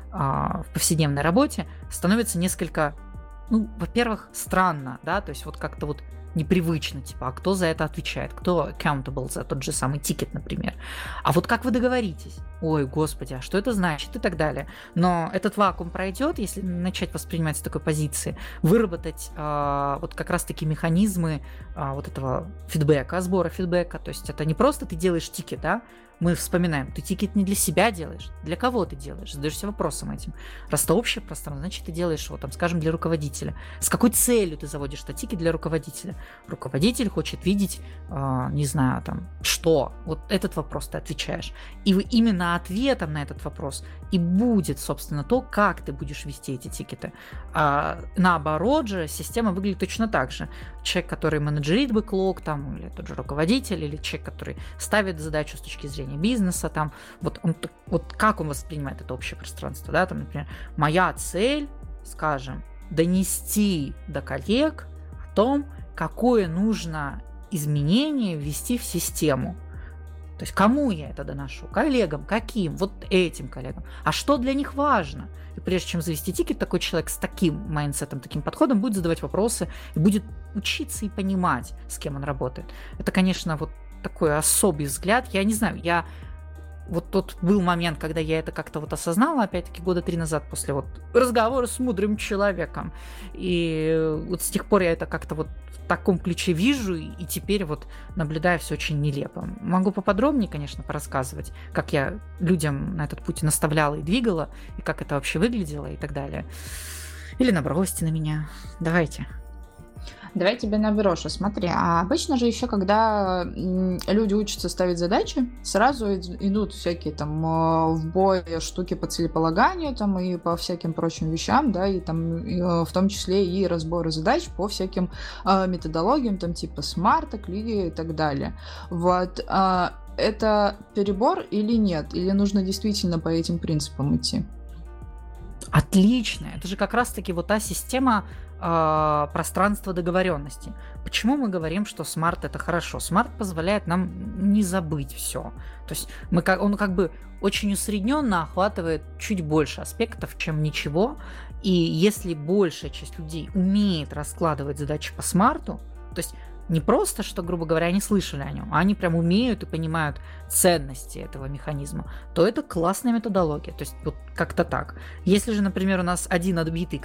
в повседневной работе, становится несколько, во-первых, странно, да, то есть вот как-то вот непривычно, типа, а кто за это отвечает, кто accountable за тот же самый тикет, например. А вот как вы договоритесь? Ой, господи, а что это значит? И так далее. Но этот вакуум пройдет, если начать воспринимать с такой позиции, выработать вот как раз-таки механизмы вот этого фидбэка, сбора фидбэка. То есть это не просто ты делаешь тикет, да, мы вспоминаем, ты тикет не для себя делаешь, для кого ты делаешь, задаешься вопросом этим. Раз это общее пространство, значит, ты делаешь его, там, скажем, для руководителя. С какой целью ты заводишь этот тикет для руководителя? Руководитель хочет видеть, не знаю, там, что? Вот этот вопрос ты отвечаешь. И именно ответом на этот вопрос и будет, собственно, то, как ты будешь вести эти тикеты. Наоборот же, система выглядит точно так же. Человек, который менеджерит бэклог, там, или тот же руководитель, или человек, который ставит задачу с точки зрения бизнеса, там, вот как он воспринимает это общее пространство, да, там, например, моя цель, скажем, донести до коллег о том, какое нужно изменение ввести в систему. То есть кому я это доношу? Коллегам, каким? Вот этим коллегам. А что для них важно? И прежде чем завести тикет, такой человек с таким майндсетом, таким подходом будет задавать вопросы и будет учиться и понимать, с кем он работает. Это, конечно, вот такой особый взгляд. Я не знаю, вот тот был момент, когда я это как-то вот осознала, опять-таки, 3 года назад после вот разговора с мудрым человеком. И вот с тех пор я это как-то вот в таком ключе вижу, и теперь вот наблюдаю все очень нелепо. Могу поподробнее, конечно, порассказывать, как я людям на этот путь наставляла и двигала, и как это вообще выглядело и так далее. Или набросьте на меня. Давайте. Давай тебе наброшу. Смотри, а обычно же еще, когда люди учатся ставить задачи, сразу идут всякие там в бой штуки по целеполаганию там и по всяким прочим вещам, да, и там в том числе и разборы задач по всяким методологиям, там типа смарта, клиги и так далее. Вот. Это перебор или нет? Или нужно действительно по этим принципам идти? Отлично. Это же как раз-таки вот та система пространства договоренности. Почему мы говорим, что смарт это хорошо? Смарт позволяет нам не забыть все. То есть он как бы очень усредненно охватывает чуть больше аспектов, чем ничего. И если большая часть людей умеет раскладывать задачи по смарту, то есть не просто, что, грубо говоря, они слышали о нем, а они прям умеют и понимают ценности этого механизма, то это классная методология. То есть вот как-то так. Если же, например, у нас один отбитый,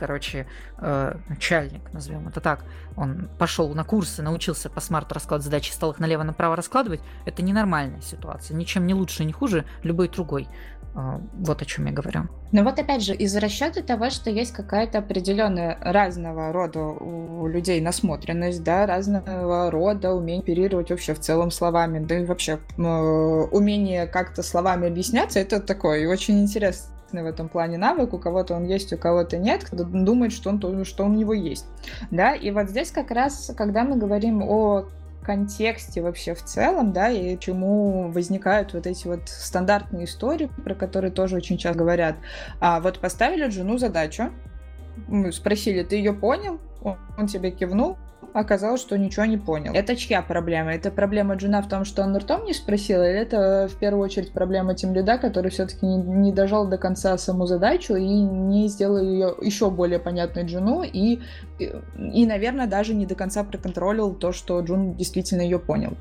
начальник, назовем это так, он пошел на курсы, научился по смарту раскладывать задачи, стал их налево-направо раскладывать, это ненормальная ситуация. Ничем не лучше, не хуже любой другой. Вот о чем я говорю. Но вот опять же, из расчета того, что есть какая-то определенная разного рода у людей насмотренность, да, разного рода умение оперировать вообще в целом словами, да и вообще умение как-то словами объясняться, это такой очень интересный в этом плане навык. У кого-то он есть, у кого-то нет, кто думает, что он у него есть. Да, и вот здесь как раз, когда мы говорим о контексте вообще в целом, да, и чему возникают вот эти вот стандартные истории, про которые тоже очень часто говорят. Вот поставили Джуну задачу, спросили, ты ее понял? Он тебе кивнул, оказалось, что ничего не понял. Это чья проблема? Это проблема Джуна в том, что он ртом не спросил, или это в первую очередь проблема тимлида, который все-таки не дожал до конца саму задачу и не сделал ее еще более понятной Джуну, и, наверное, даже не до конца проконтролил то, что Джун действительно ее понял.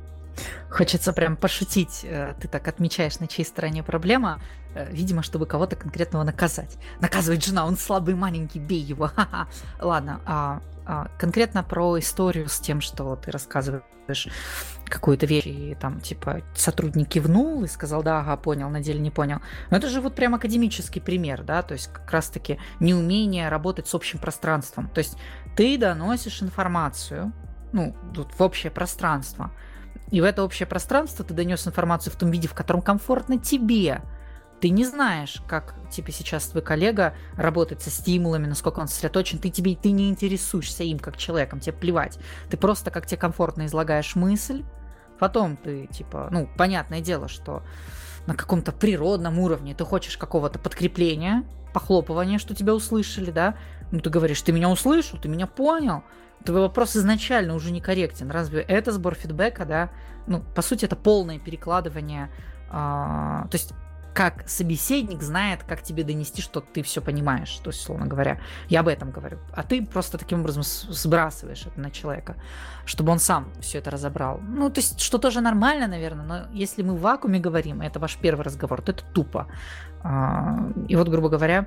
Хочется прям пошутить. Ты так отмечаешь, на чьей стороне проблема. Видимо, чтобы кого-то конкретного наказать. Наказывает Джуна, он слабый, маленький, бей его. Ха-ха. Ладно, конкретно про историю с тем, что ты рассказываешь какую-то вещь, и там, типа, сотрудник кивнул и сказал, да, ага, понял, на деле не понял. Но это же вот прям академический пример, да, то есть как раз-таки неумение работать с общим пространством. То есть ты доносишь информацию, в общее пространство, И в это общее пространство ты донес информацию в том виде, в котором комфортно тебе. Ты не знаешь, как типа сейчас твой коллега работает со стимулами, насколько он сосредоточен. Ты не интересуешься им как человеком, тебе плевать. Ты просто как тебе комфортно излагаешь мысль. Потом ты типа, понятное дело, что на каком-то природном уровне ты хочешь какого-то подкрепления, похлопывания, что тебя услышали, да? Ты говоришь, ты меня услышал, ты меня понял. Твой вопрос изначально уже некорректен. Разве это сбор фидбэка, да? По сути, это полное перекладывание. То есть, как собеседник знает, как тебе донести, что ты все понимаешь. То есть, условно говоря, я об этом говорю. А ты просто таким образом сбрасываешь это на человека, чтобы он сам все это разобрал. То есть, что тоже нормально, наверное, но если мы в вакууме говорим, и это ваш первый разговор, то это тупо. И вот, грубо говоря,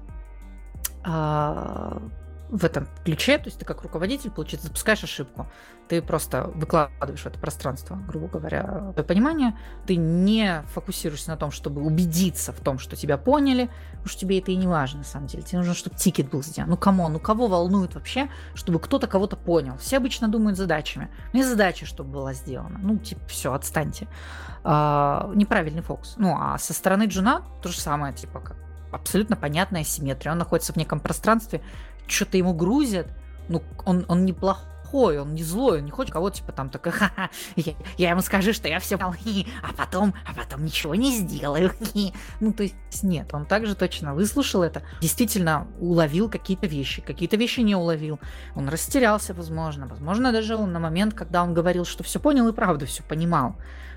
в этом ключе, то есть ты как руководитель, получается, запускаешь ошибку. Ты просто выкладываешь в это пространство, грубо говоря, твое понимание. Ты не фокусируешься на том, чтобы убедиться в том, что тебя поняли, потому что тебе это и не важно, на самом деле. Тебе нужно, чтобы тикет был сделан. Камон, кого волнует вообще, чтобы кто-то кого-то понял? Все обычно думают задачами. Мне задача, чтобы была сделана. Все, отстаньте. Неправильный фокус. А со стороны джуна то же самое, как абсолютно понятная симметрия. Он находится в неком пространстве, что-то ему грузят, он неплохой, он не злой, он не хочет кого-то такой, ха-ха, я ему скажу, что я все понял, а потом ничего не сделаю. То есть нет, он также точно выслушал это, действительно уловил какие-то вещи не уловил, он растерялся, возможно даже он на момент, когда он говорил, что все понял и правда все понимал.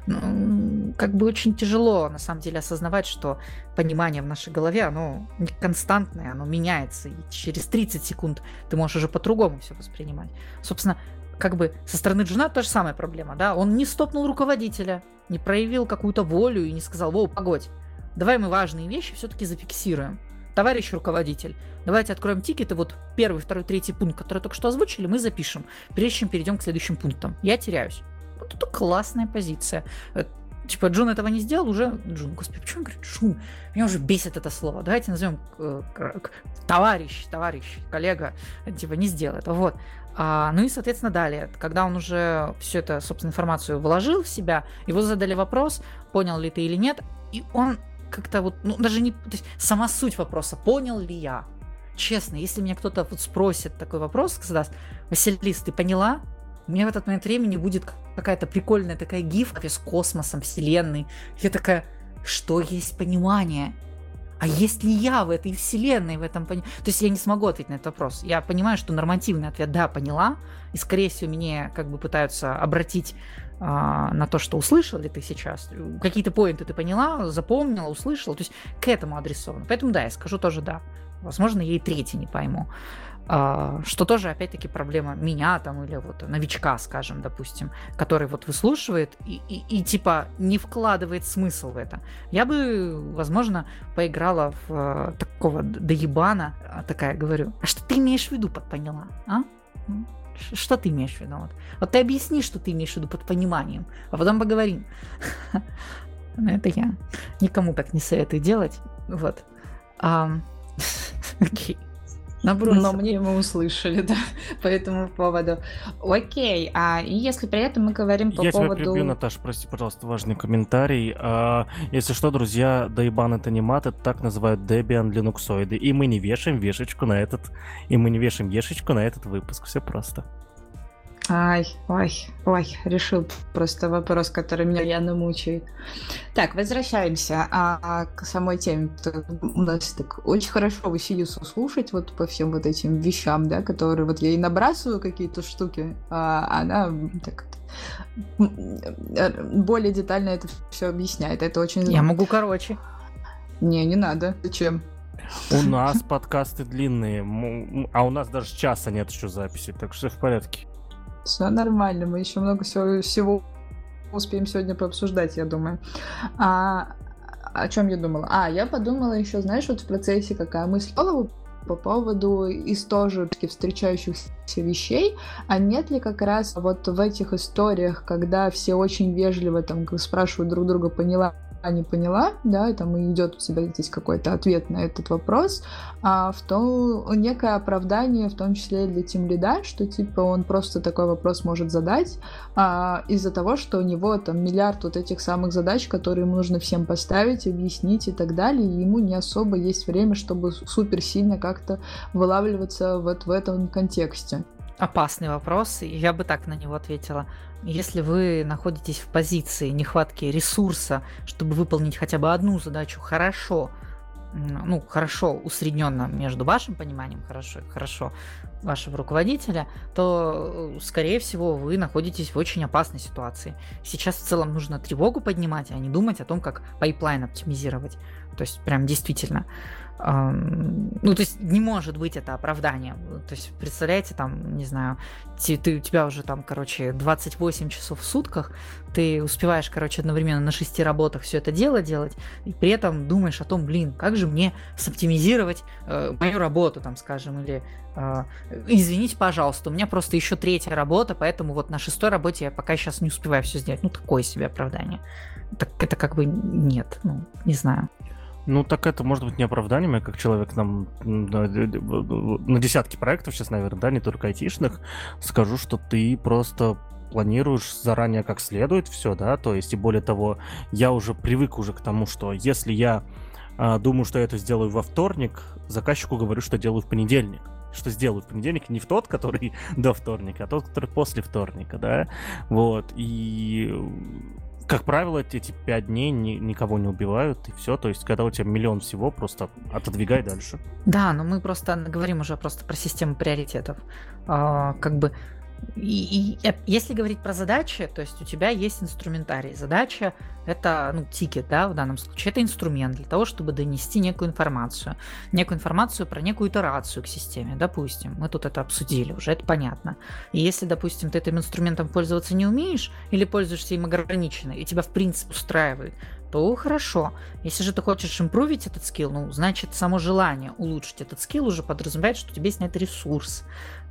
Очень тяжело, на самом деле, осознавать, что понимание в нашей голове, оно не константное, оно меняется, и через 30 секунд ты можешь уже по-другому все воспринимать. Собственно, со стороны джуна та же самая проблема, да, он не стопнул руководителя, не проявил какую-то волю и не сказал, погодь, давай мы важные вещи все-таки зафиксируем. Товарищ руководитель, давайте откроем тикеты, первый, второй, третий пункт, который только что озвучили, мы запишем, прежде чем перейдем к следующим пунктам. Я теряюсь. Это классная позиция. Джун этого не сделал, уже... Джун, господи, почему я говорю Джун? Меня уже бесит это слово. Давайте назовем товарищ, коллега, не сделал это. Вот. И, соответственно, далее, когда он уже всю эту, собственно, информацию вложил в себя, его задали вопрос, понял ли ты или нет, и он как-то даже не... То есть сама суть вопроса, понял ли я? Честно, если меня кто-то спросит такой вопрос, задаст, Василис, ты поняла? У меня в этот момент времени будет какая-то прикольная такая гифка с космосом, вселенной. Я такая, что есть понимание? А есть ли я в этой вселенной, в этом понимании? То есть я не смогу ответить на этот вопрос. Я понимаю, что нормативный ответ «да, поняла», и, скорее всего, мне пытаются обратить на то, что услышал ли ты сейчас. Какие-то поинты ты поняла, запомнила, услышала. То есть к этому адресовано. Поэтому да, я скажу тоже «да». Возможно, я и третий не пойму. Что тоже, опять-таки, проблема меня или новичка, скажем, допустим, который выслушивает и не вкладывает смысл в это. Я бы, возможно, поиграла в такого доебана, такая, говорю, а что ты имеешь в виду под поняла, а? Что ты имеешь в виду? Вот ты объясни, что ты имеешь в виду под пониманием, а потом поговорим. Но это я никому так не советую делать. Окей. Но мне мы услышали, да, по этому поводу. Окей, и если при этом мы говорим по поводу... Я тебя перебью, Наташа, прости, пожалуйста, важный комментарий. Если что, друзья, доебан это не мат, это так называют Debian линуксоиды. И мы не вешаем вешечку на этот выпуск. Все просто. Решил просто вопрос, который меня явно мучает. Так, возвращаемся к самой теме. У нас так очень хорошо Василису слушать по всем этим вещам, да, которые я ей набрасываю какие-то штуки, а она так более детально это все объясняет. Это очень... Я могу короче. Не надо. Зачем? У нас подкасты длинные, а у нас даже часа нет еще записи, так что все в порядке. Все нормально, мы еще много всего успеем сегодня пообсуждать, я думаю. О чем я думала? Я подумала еще, знаешь, в процессе какая мысль по поводу тоже встречающихся вещей, а нет ли как раз в этих историях, когда все очень вежливо спрашивают друг друга, поняла не поняла, да, и там идет у тебя здесь какой-то ответ на этот вопрос, а в том некое оправдание, в том числе для тимлида, что типа он просто такой вопрос может задать из-за того, что у него там миллиард вот этих самых задач, которые ему нужно всем поставить, объяснить и так далее, и ему не особо есть время, чтобы супер сильно как-то вылавливаться вот в этом контексте. Опасный вопрос, и я бы так на него ответила. Если вы находитесь в позиции нехватки ресурса, чтобы выполнить хотя бы одну задачу хорошо усредненно между вашим пониманием, хорошо вашего руководителя, то, скорее всего, вы находитесь в очень опасной ситуации. Сейчас в целом нужно тревогу поднимать, а не думать о том, как пайплайн оптимизировать. То есть, прям действительно. То есть не может быть это оправданием. То есть, представляете, там, не знаю, у тебя уже там, 28 часов в сутках, ты успеваешь, одновременно на 6 работах все это дело делать, и при этом думаешь о том, как же мне соптимизировать мою работу, там, скажем, или извините, пожалуйста, у меня просто еще 3-я работа, поэтому вот на 6-й работе я пока сейчас не успеваю все сделать. Такое себе оправдание. Так это нет, не знаю. Так это может быть не оправданием, я как человек на десятки проектов сейчас, наверное, да, не только айтишных, скажу, что ты просто планируешь заранее как следует все, да, то есть, и более того, я уже привык к тому, что если я думаю, что я это сделаю во вторник, заказчику говорю, что делаю в понедельник. Что сделаю в понедельник, не в тот, который до вторника, а тот, который после вторника, да, вот, и... Как правило, эти 5 дней никого не убивают, и все. То есть, когда у тебя миллион всего, просто отодвигай дальше. Да, но мы просто говорим уже просто про систему приоритетов. Если говорить про задачи, то есть у тебя есть инструментарий. Задача — это, тикет, да, в данном случае. Это инструмент для того, чтобы донести некую информацию про некую итерацию к системе, допустим. Мы тут это обсудили, уже это понятно. И если, допустим, ты этим инструментом пользоваться не умеешь или пользуешься им ограниченно, и тебя, в принципе, устраивает, то хорошо. Если же ты хочешь импровить этот скилл, значит, само желание улучшить этот скилл уже подразумевает, что у тебя есть на это ресурс.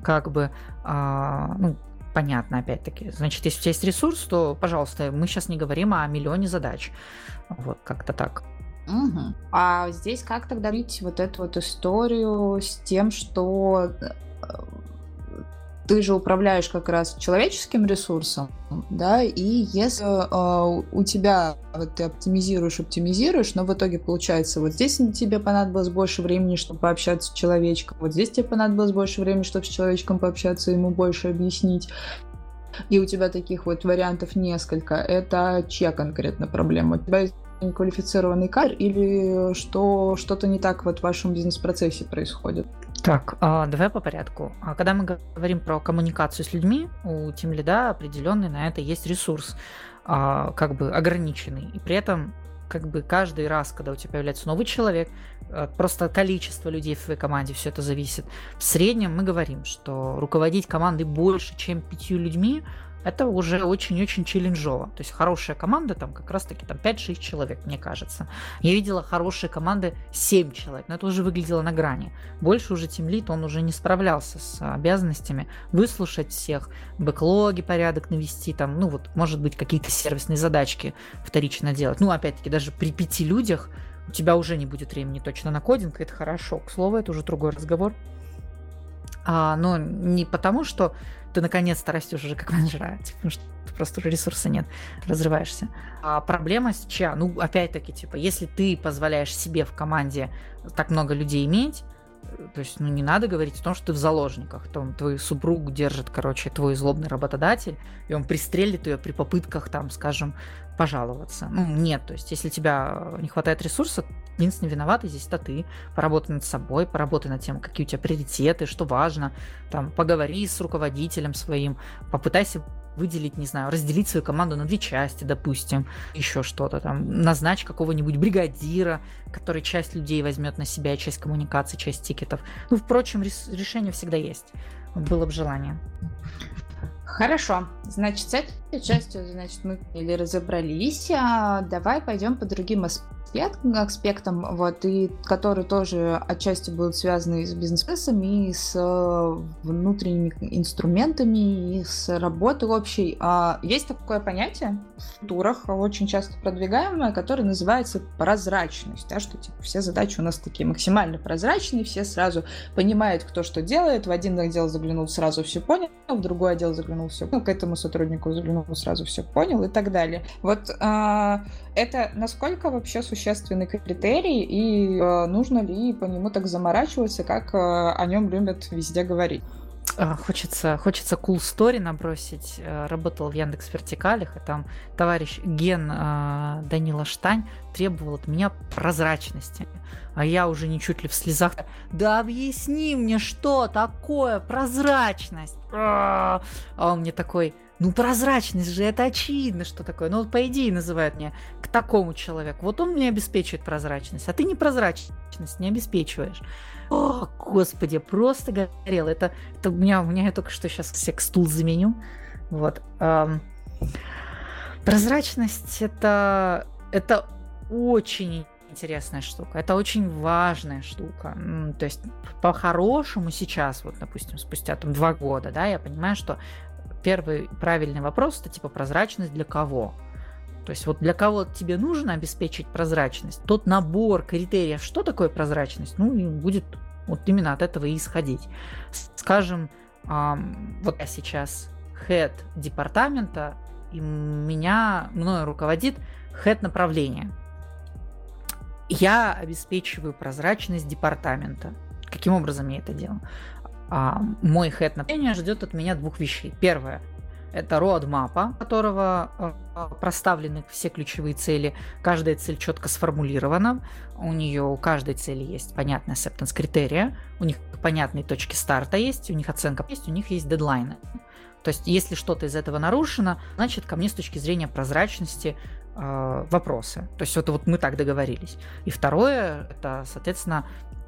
Понятно, опять-таки. Значит, если у тебя есть ресурс, то, пожалуйста, мы сейчас не говорим о миллионе задач. Вот, как-то так. Угу. А здесь как тогда видеть вот эту вот историю с тем, что ты же управляешь как раз человеческим ресурсом, да, и если у тебя ты оптимизируешь, но в итоге получается, вот здесь тебе понадобилось больше времени, чтобы пообщаться с человечком, вот здесь тебе понадобилось больше времени, чтобы с человечком пообщаться, ему больше объяснить, и у тебя таких вот вариантов несколько, это чья конкретно проблема? У тебя есть неквалифицированный кадр или что-то не так вот в вашем бизнес-процессе происходит? Так, давай по порядку. Когда мы говорим про коммуникацию с людьми, у тимлида определенный на это есть ресурс, ограниченный. И при этом каждый раз, когда у тебя появляется новый человек, просто количество людей в твоей команде, все это зависит. В среднем мы говорим, что руководить командой больше, чем 5 людьми, это уже очень-очень челленджово. То есть хорошая команда, там как раз-таки 5-6 человек, мне кажется. Я видела хорошие команды 7 человек, но это уже выглядело на грани. Больше уже тимлид, он уже не справлялся с обязанностями выслушать всех, бэклоги порядок навести, может быть, какие-то сервисные задачки вторично делать. Опять-таки, даже при 5 людях у тебя уже не будет времени точно на кодинг, это хорошо. К слову, это уже другой разговор. Но не потому, что ты наконец-то растешь уже как менеджера, потому что просто уже ресурса нет, разрываешься. А проблема с чья? Опять-таки, если ты позволяешь себе в команде так много людей иметь, то есть, не надо говорить о том, что ты в заложниках. Твой супруг держит, твой злобный работодатель, и он пристрелит ее при попытках, скажем, пожаловаться. Нет, то есть, если тебя не хватает ресурса, единственный виноватый здесь это ты. Поработай над собой, поработай над тем, какие у тебя приоритеты, что важно. Поговори с руководителем своим, попытайся выделить, не знаю, разделить свою команду на 2 части, допустим, еще что-то назначь какого-нибудь бригадира, который часть людей возьмет на себя, часть коммуникаций, часть тикетов. Впрочем, решение всегда есть. Было бы желание. Хорошо. Значит, с этой частью, мы разобрались. Давай пойдем по другим аспектам. аспектам, вот, и которые тоже отчасти будут связаны с бизнес-процессами, и с внутренними инструментами, и с работой общей. Есть такое понятие в структурах, очень часто продвигаемое, которое называется прозрачность, да, что типа все задачи у нас такие максимально прозрачные, все сразу понимают, кто что делает, в один отдел заглянул, сразу все понял, в другой отдел заглянул, все понял, к этому сотруднику заглянул, сразу все понял и так далее. Вот это насколько вообще существенный критерий, и нужно ли по нему так заморачиваться, как о нем любят везде говорить? Хочется cool story набросить. Работал в Яндекс.Вертикалях, и там товарищ Ген Данила Штань требовал от меня прозрачности. А я уже ничуть ли в слезах: да объясни мне, что такое прозрачность. А он мне такой: ну прозрачность же, это очевидно, что такое. Ну вот по идее называют меня к такому человеку. Вот он мне обеспечивает прозрачность, а ты не прозрачность не обеспечиваешь. О, господи, просто горел. Это у меня я только что сейчас всех стул заменю. Вот. Прозрачность это очень интересная штука. Это очень важная штука. То есть по-хорошему сейчас, вот, допустим, спустя 2 года, да, я понимаю, что первый правильный вопрос — это типа прозрачность для кого? То есть вот для кого тебе нужно обеспечить прозрачность, тот набор критериев, что такое прозрачность, ну и будет вот именно от этого и исходить. Скажем, вот я сейчас head департамента, и мною руководит head направления. Я обеспечиваю прозрачность департамента. Каким образом я это делаю? Мой head направления ждет от меня 2 вещей. Первое — это roadmap, которого проставлены все ключевые цели. Каждая цель четко сформулирована. У каждой цели есть понятная acceptance критерия. У них понятные точки старта есть, у них оценка есть, у них есть дедлайны. То есть, если что-то из этого нарушено, значит, ко мне с точки зрения прозрачности вопросы. То есть, это вот мы так договорились. И второе, это, соответственно,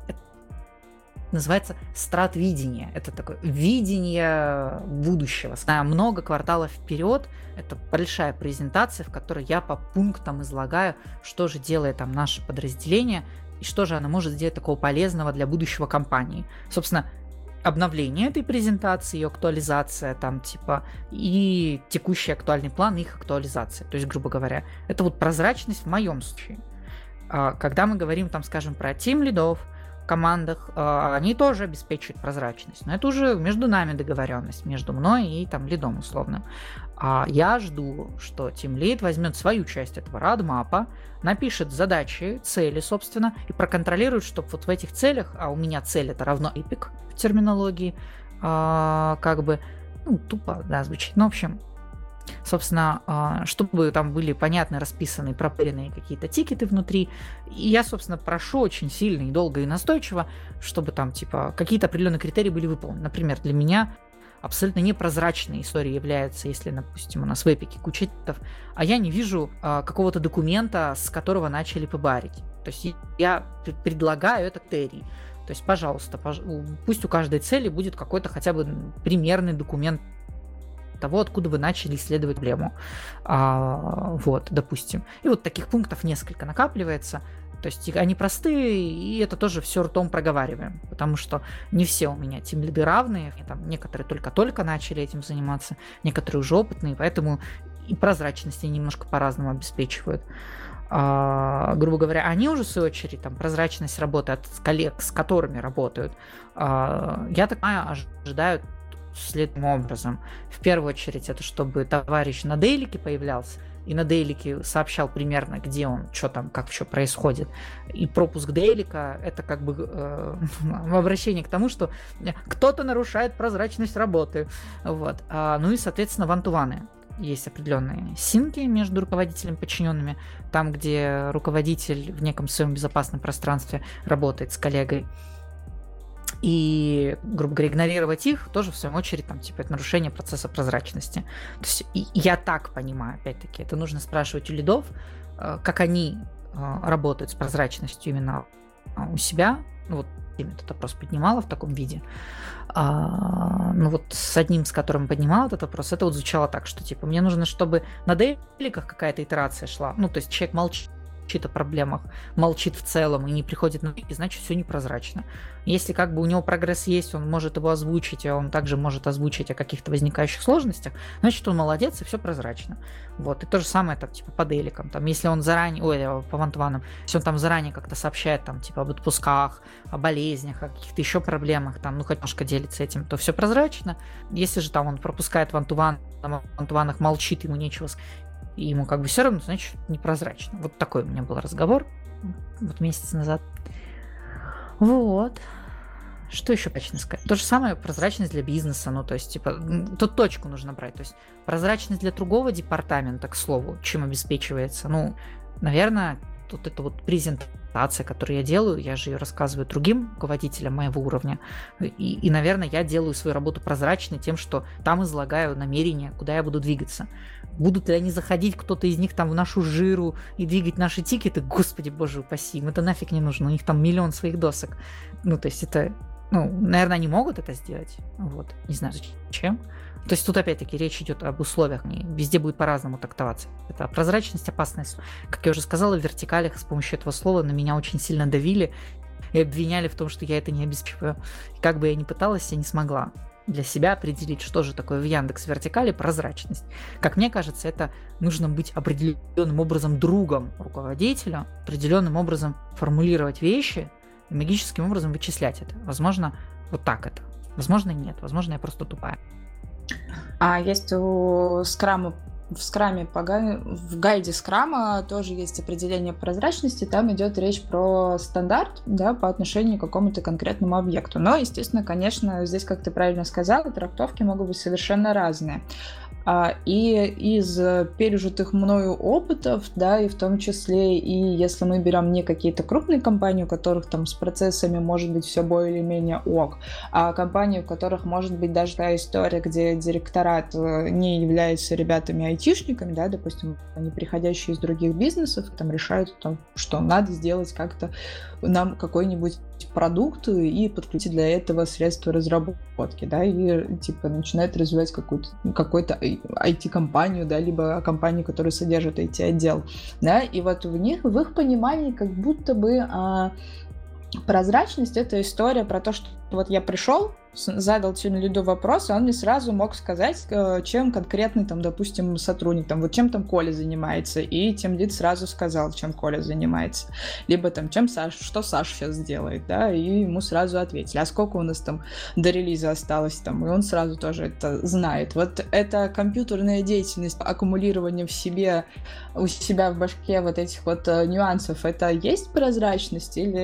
называется стратвидение. Это такое видение будущего. На много кварталов вперед. Это большая презентация, в которой я по пунктам излагаю, что же делает там наше подразделение и что же оно может сделать такого полезного для будущего компании. Собственно, обновление этой презентации, ее актуализация там типа и текущий актуальный план, их актуализация. То есть, грубо говоря, это вот прозрачность в моем случае. Когда мы говорим там, скажем, про тим-лидов, командах, они тоже обеспечивают прозрачность. Но это уже между нами договоренность, между мной и там лидом условно. Я жду, что тимлид возьмет свою часть этого roadmap, напишет задачи, цели, собственно, и проконтролирует, чтобы вот в этих целях, а у меня цель это равно эпик в терминологии, как бы, ну, тупо, да, звучит. Ну, в общем, собственно, чтобы там были понятно расписаны, пропыленные какие-то тикеты внутри. И я, собственно, прошу очень сильно и долго и настойчиво, чтобы там, типа, какие-то определенные критерии были выполнены. Например, для меня абсолютно непрозрачной историей является, если, допустим, у нас в эпике куча тикетов, а я не вижу какого-то документа, с которого начали пыбарить. То есть я предлагаю это критерий. То есть, пожалуйста, пусть у каждой цели будет какой-то хотя бы примерный документ того, откуда вы начали исследовать проблему. Вот, допустим. И вот таких пунктов несколько накапливается. То есть они простые, и это тоже все ртом проговариваем. Потому что не все у меня тимлиды равные. Там некоторые только-только начали этим заниматься, некоторые уже опытные, поэтому и прозрачности немножко по-разному обеспечивают. Грубо говоря, они уже, в свою очередь, там, прозрачность работы от коллег, с которыми работают, я так понимаю, ожидают следующим образом. В первую очередь, это чтобы товарищ на дейлике появлялся, и на дейлике сообщал примерно, где он, что там, как что происходит. И пропуск дейлика — это как бы обращение к тому, что кто-то нарушает прозрачность работы. Вот. Ну и, соответственно, ван-ту-ваны. Есть определенные синки между руководителем и подчиненными, там, где руководитель в неком своем безопасном пространстве работает с коллегой. И, грубо говоря, игнорировать их тоже, в свою очередь, там, типа, это нарушение процесса прозрачности. То есть я так понимаю, опять-таки, это нужно спрашивать у лидов, как они работают с прозрачностью именно у себя. Ну, вот я этот вопрос поднимала в таком виде. Ну вот с одним, с которым поднимала этот вопрос, это вот звучало так, что типа мне нужно, чтобы на дейликах какая-то итерация шла. Ну, то есть человек молчит о проблемах, молчит в целом и не приходит на ноги, значит, все непрозрачно. Если как бы у него прогресс есть, он может его озвучить, а он также может озвучить о каких-то возникающих сложностях, значит, он молодец, и все прозрачно. Вот. И то же самое там, типа, по дейликам. Там, если он заранее, по вантванам, если он там заранее как-то сообщает, там, типа, об отпусках, о болезнях, о каких-то еще проблемах, там, ну, хоть немножко делится этим, то все прозрачно. Если же там он пропускает вантуван, там, в вантуванах молчит, ему нечего сказать, и ему как бы все равно, значит, непрозрачно. Вот такой у меня был разговор вот месяц назад. Вот. Что еще точно сказать? То же самое прозрачность для бизнеса. Ну, то есть, типа, тут точку нужно брать. То есть, прозрачность для другого департамента, к слову, чем обеспечивается. Ну, наверное, тут это вот презентация, которую я делаю, я же ее рассказываю другим руководителям моего уровня. И, наверное, я делаю свою работу прозрачной тем, что там излагаю намерения, куда я буду двигаться. Будут ли они заходить, кто-то из них там в нашу жиру и двигать наши тикеты? Господи, боже упаси, им это нафиг не нужно, у них там миллион своих досок. Ну, то есть это, ну, наверное, они могут это сделать, вот, не знаю зачем. То есть тут опять-таки речь идет об условиях, везде будет по-разному трактоваться. Это прозрачность, опасность. Как я уже сказала, в вертикалях с помощью этого слова на меня очень сильно давили и обвиняли в том, что я это не обеспечиваю. И как бы я ни пыталась, я не смогла для себя определить, что же такое в Яндекс вертикали прозрачность. Как мне кажется, это нужно быть определенным образом другом руководителя, определенным образом формулировать вещи и магическим образом вычислять это. Возможно, вот так это. Возможно, нет. Возможно, я просто тупая. А есть у Скрама, в гайде Скрама тоже есть определение прозрачности, там идет речь про стандарт, да, по отношению к какому-то конкретному объекту. Но, естественно, конечно, здесь, как ты правильно сказала, трактовки могут быть совершенно разные. И из пережитых мною опытов, да, и в том числе, и если мы берем не какие-то крупные компании, у которых там с процессами может быть все более-менее ок, а компании, у которых может быть даже та история, где директорат не является ребятами-айтишниками, да, допустим, они, приходящие из других бизнесов, там решают, там, что надо сделать как-то нам какой-нибудь продукт и подключить для этого средства разработки, да, и типа начинает развивать какую-то IT-компанию, да, либо компанию, которая содержит IT-отдел, да, и вот в их понимании как будто бы прозрачность — это история про то, что вот я пришел, задал тимлиду вопрос, и он мне сразу мог сказать, чем конкретный, там, допустим, сотрудник, там, вот чем там Коля занимается, и тимлид сразу сказал, чем Коля занимается, либо там, чем Саша, что Саша сейчас делает, да, и ему сразу ответили, а сколько у нас там до релиза осталось, там, и он сразу тоже это знает. Вот эта компьютерная деятельность, аккумулирование у себя в башке вот этих вот нюансов, это есть прозрачность или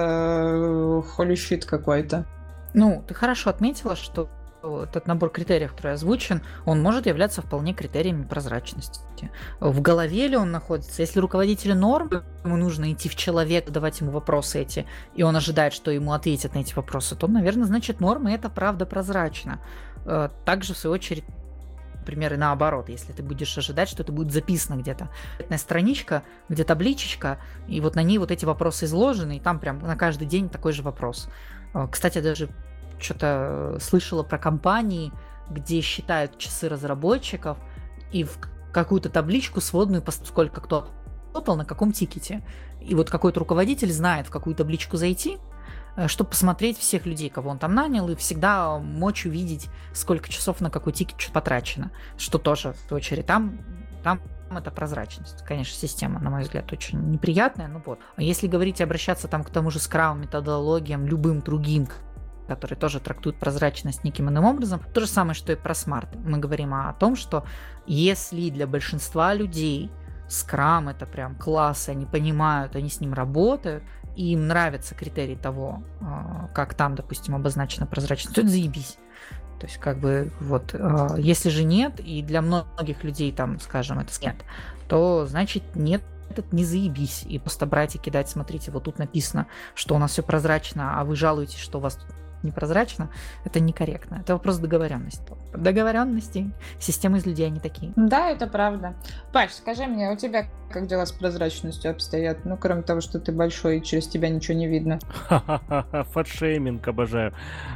это holy shit какой-то? Ну, ты хорошо отметила, что этот набор критериев, который озвучен, он может являться вполне критериями прозрачности. В голове ли он находится? Если руководителю норм, ему нужно идти в человека, давать ему вопросы эти, и он ожидает, что ему ответят на эти вопросы, то, наверное, значит, нормы — это правда прозрачно. Также, в свою очередь, например, и наоборот, если ты будешь ожидать, что это будет записано где-то. Это страничка, где табличечка, и вот на ней вот эти вопросы изложены, и там прям на каждый день такой же вопрос. Кстати, даже что-то слышала про компании, где считают часы разработчиков и в какую-то табличку сводную, сколько кто работал, на каком тикете. И вот какой-то руководитель знает, в какую табличку зайти, чтобы посмотреть всех людей, кого он там нанял, и всегда мочь увидеть, сколько часов на какой тикет что потрачено. Что тоже, в свою очередь, там это прозрачность. Конечно, система, на мой взгляд, очень неприятная, но вот. А если говорить и обращаться там к тому же Scrum, методологиям, любым другим, которые тоже трактуют прозрачность неким иным образом, то же самое, что и про Smart. Мы говорим о том, что если для большинства людей Scrum — это прям класс, они понимают, они с ним работают, и им нравится критерий того, как там, допустим, обозначена прозрачность, то это заебись. То есть, как бы, вот, если же нет, и для многих людей там, скажем, это нет, то, значит, нет, этот не заебись. И просто брать и кидать, смотрите, вот тут написано, что у нас все прозрачно, а вы жалуетесь, что у вас непрозрачно, это некорректно. Это вопрос договоренности. Договоренности, системы из людей, они такие. Да, это правда. Паш, скажи мне, у тебя как дела с прозрачностью обстоят? Ну, кроме того, что ты большой и через тебя ничего не видно. Фатшейминг обожаю.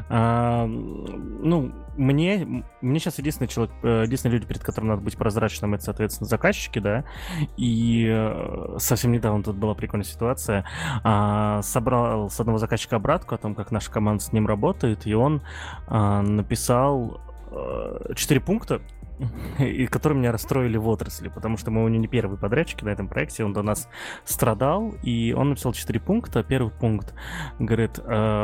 Ну, мне сейчас единственные люди, перед которыми надо быть прозрачным, это, соответственно, заказчики, да. И совсем недавно тут была прикольная ситуация. Собрал с одного заказчика обратку о том, как наша команда с ним работает, и он написал 4 пункта, и которые меня расстроили в отрасли, потому что мы у него не первые подрядчики на этом проекте, он до нас страдал, и он написал 4 пункта. Первый пункт говорит: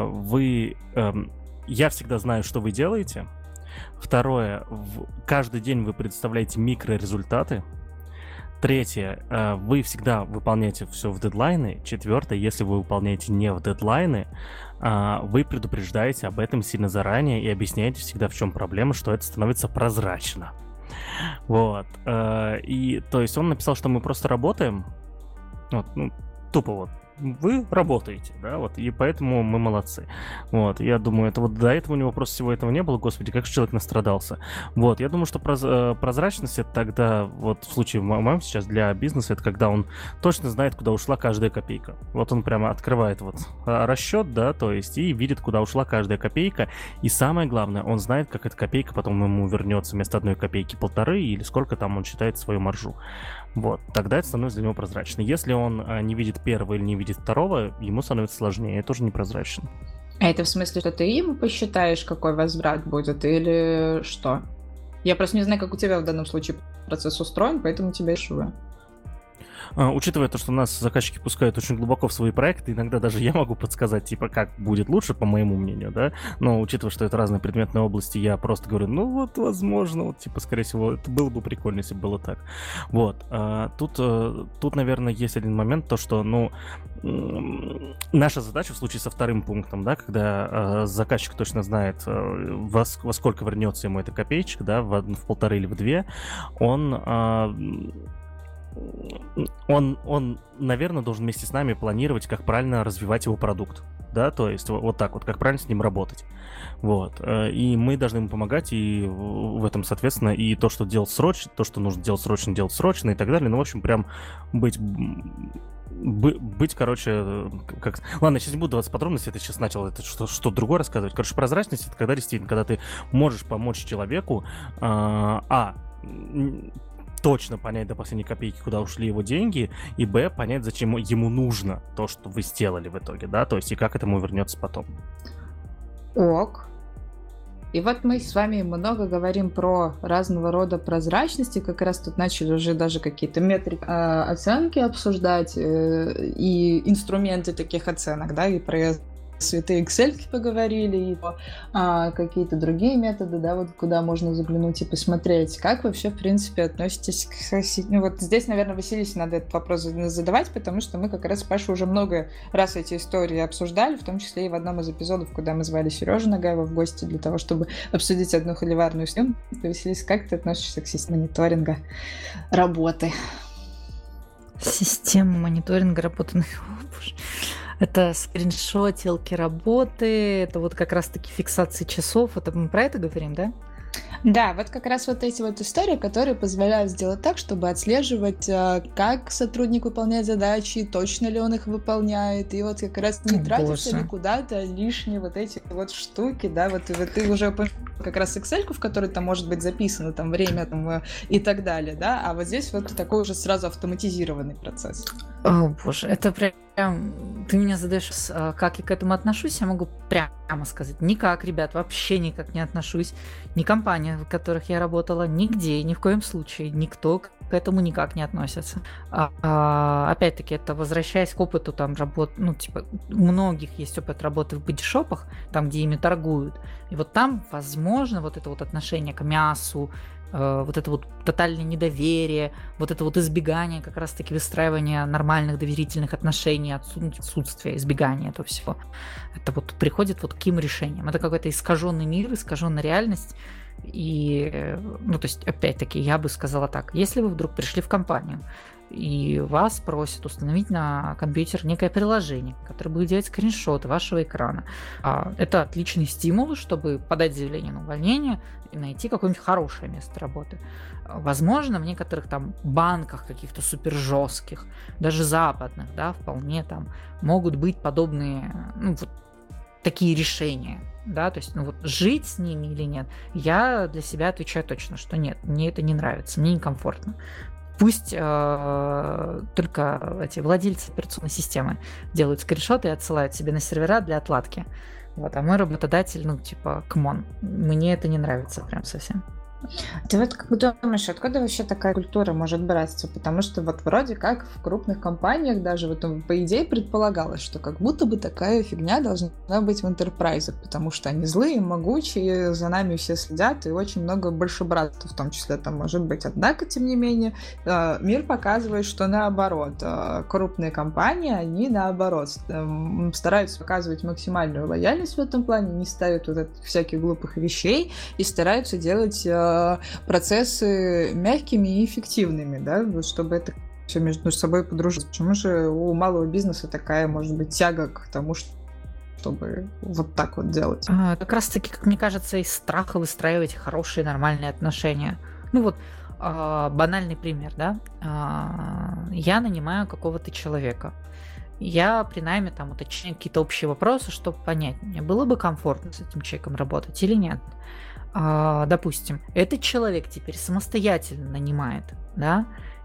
я всегда знаю, что вы делаете. Второе, каждый день вы представляете микрорезультаты. Третье, вы всегда выполняете все в дедлайны. Четвертое, если вы выполняете не в дедлайны, вы предупреждаете об этом сильно заранее и объясняете всегда, в чем проблема, что это становится прозрачно. Вот. И, то есть, он написал, что мы просто работаем. Вот, ну, тупо вот. Вы работаете, да, вот, и поэтому мы молодцы. Вот, я думаю, это вот до этого у него просто всего этого не было, господи, как же человек настрадался. Вот, я думаю, что прозрачность это тогда, вот в случае в моем сейчас для бизнеса, это когда он точно знает, куда ушла каждая копейка. Вот он прямо открывает вот расчет, да, то есть, и видит, куда ушла каждая копейка, и самое главное, он знает, как эта копейка потом ему вернется вместо 1 копейки 1,5, или сколько там он считает свою маржу. Вот, тогда это становится для него прозрачно. Если он не видит первого или не видит второго, ему становится сложнее, это тоже непрозрачно. А это в смысле, что ты ему посчитаешь, какой возврат будет, или что? Я просто не знаю, как у тебя в данном случае процесс устроен, поэтому тебя решаю. Учитывая то, что нас заказчики пускают очень глубоко в свои проекты, иногда даже я могу подсказать, типа, как будет лучше, по моему мнению, да, но учитывая, что это разные предметные области, я просто говорю, ну вот, возможно, вот, типа, скорее всего, это было бы прикольно, если бы было так. Вот, тут, наверное, есть один момент, то, что, ну, наша задача в случае со вторым пунктом, да, когда заказчик точно знает, во сколько вернется ему эта копеечка, да, в 1,5 или в 2, он, наверное, должен вместе с нами планировать, как правильно развивать его продукт, да, то есть вот так вот, как правильно с ним работать, вот, и мы должны ему помогать, и в этом, соответственно, и то, что делать срочно, то, что нужно делать срочно, и так далее, ну, в общем, прям быть, короче, как... Ладно, я сейчас не буду даваться подробности, это сейчас начал это что-то другое рассказывать. Короче, прозрачность — это когда действительно, когда ты можешь помочь человеку, точно понять до последней копейки, куда ушли его деньги, и б, понять, зачем ему нужно то, что вы сделали в итоге, да, то есть и как этому вернется потом. Ок. И вот мы с вами много говорим про разного рода прозрачности, как раз тут начали уже даже какие-то метрики оценки обсуждать и инструменты таких оценок, да, и про святые Excel поговорили, и какие-то другие методы, да, вот куда можно заглянуть и посмотреть. Как вы вообще, в принципе, относитесь к... Ну, вот здесь, наверное, Василисе надо этот вопрос задавать, потому что мы как раз с Пашей уже много раз эти истории обсуждали, в том числе и в одном из эпизодов, куда мы звали Сережу Нагаева в гости для того, чтобы обсудить одну холиварную съемку. Василиса, как ты относишься к системе мониторинга работы? Система мониторинга работы... Это скриншотилки работы, это вот как раз-таки фиксации часов. Это мы про это говорим, да? Да, вот как раз вот эти вот истории, которые позволяют сделать так, чтобы отслеживать, как сотрудник выполняет задачи, точно ли он их выполняет, и вот как раз не тратятся ли куда-то лишние вот эти вот штуки, да, вот ты уже как раз Excel-ку, в которой там может быть записано там время там, и так далее, да, а вот здесь вот такой уже сразу автоматизированный процесс. О, боже, это прям... Ты меня задаешь, как я к этому отношусь, я могу прямо сказать. Никак, ребят, вообще никак не отношусь. Ни компания, в которых я работала, нигде, ни в коем случае. Никто к этому никак не относится. Опять-таки, это возвращаясь к опыту там работы, ну, типа, у многих есть опыт работы в бодишопах, там, где ими торгуют. И вот там, возможно, вот это вот отношение к мясу, вот это вот тотальное недоверие, вот это вот избегание, как раз-таки выстраивание нормальных доверительных отношений, отсутствие, избегания этого всего. Это вот приходит вот к таким решениям. Это какой-то искаженный мир, искаженная реальность, И, ну, то есть, опять-таки, я бы сказала так, если вы вдруг пришли в компанию, и вас просят установить на компьютер некое приложение, которое будет делать скриншоты вашего экрана. Это отличный стимул, чтобы подать заявление на увольнение и найти какое-нибудь хорошее место работы. Возможно, в некоторых там банках каких-то супер жестких, даже западных, да, вполне там могут быть подобные, ну, вот такие решения, да, то есть, ну, вот жить с ними или нет, я для себя отвечаю точно, что нет, мне это не нравится, мне некомфортно. Пусть только эти владельцы операционной системы делают скриншоты и отсылают себе на сервера для отладки. Вот, а мой работодатель, ну, типа, камон, мне это не нравится прям совсем. Ты вот как думаешь, откуда вообще такая культура может браться? Потому что вот вроде как в крупных компаниях даже вот по идее предполагалось, что как будто бы такая фигня должна быть в энтерпрайзах, потому что они злые, могучие, за нами все следят, и очень много большебратства в том числе там может быть. Однако, тем не менее, мир показывает, что наоборот. Крупные компании, они наоборот стараются показывать максимальную лояльность в этом плане, не ставят вот этих всяких глупых вещей и стараются делать процессы мягкими и эффективными, да, вот чтобы это все между собой подружилось. Почему же у малого бизнеса такая, может быть, тяга к тому, чтобы вот так вот делать? Как раз-таки, как мне кажется, из страха выстраивать хорошие, нормальные отношения. Ну вот, банальный пример, да. Я нанимаю какого-то человека. Я при найме там уточняю какие-то общие вопросы, чтобы понять, мне было бы комфортно с этим человеком работать или нет. Допустим, этот человек теперь самостоятельно нанимает, да,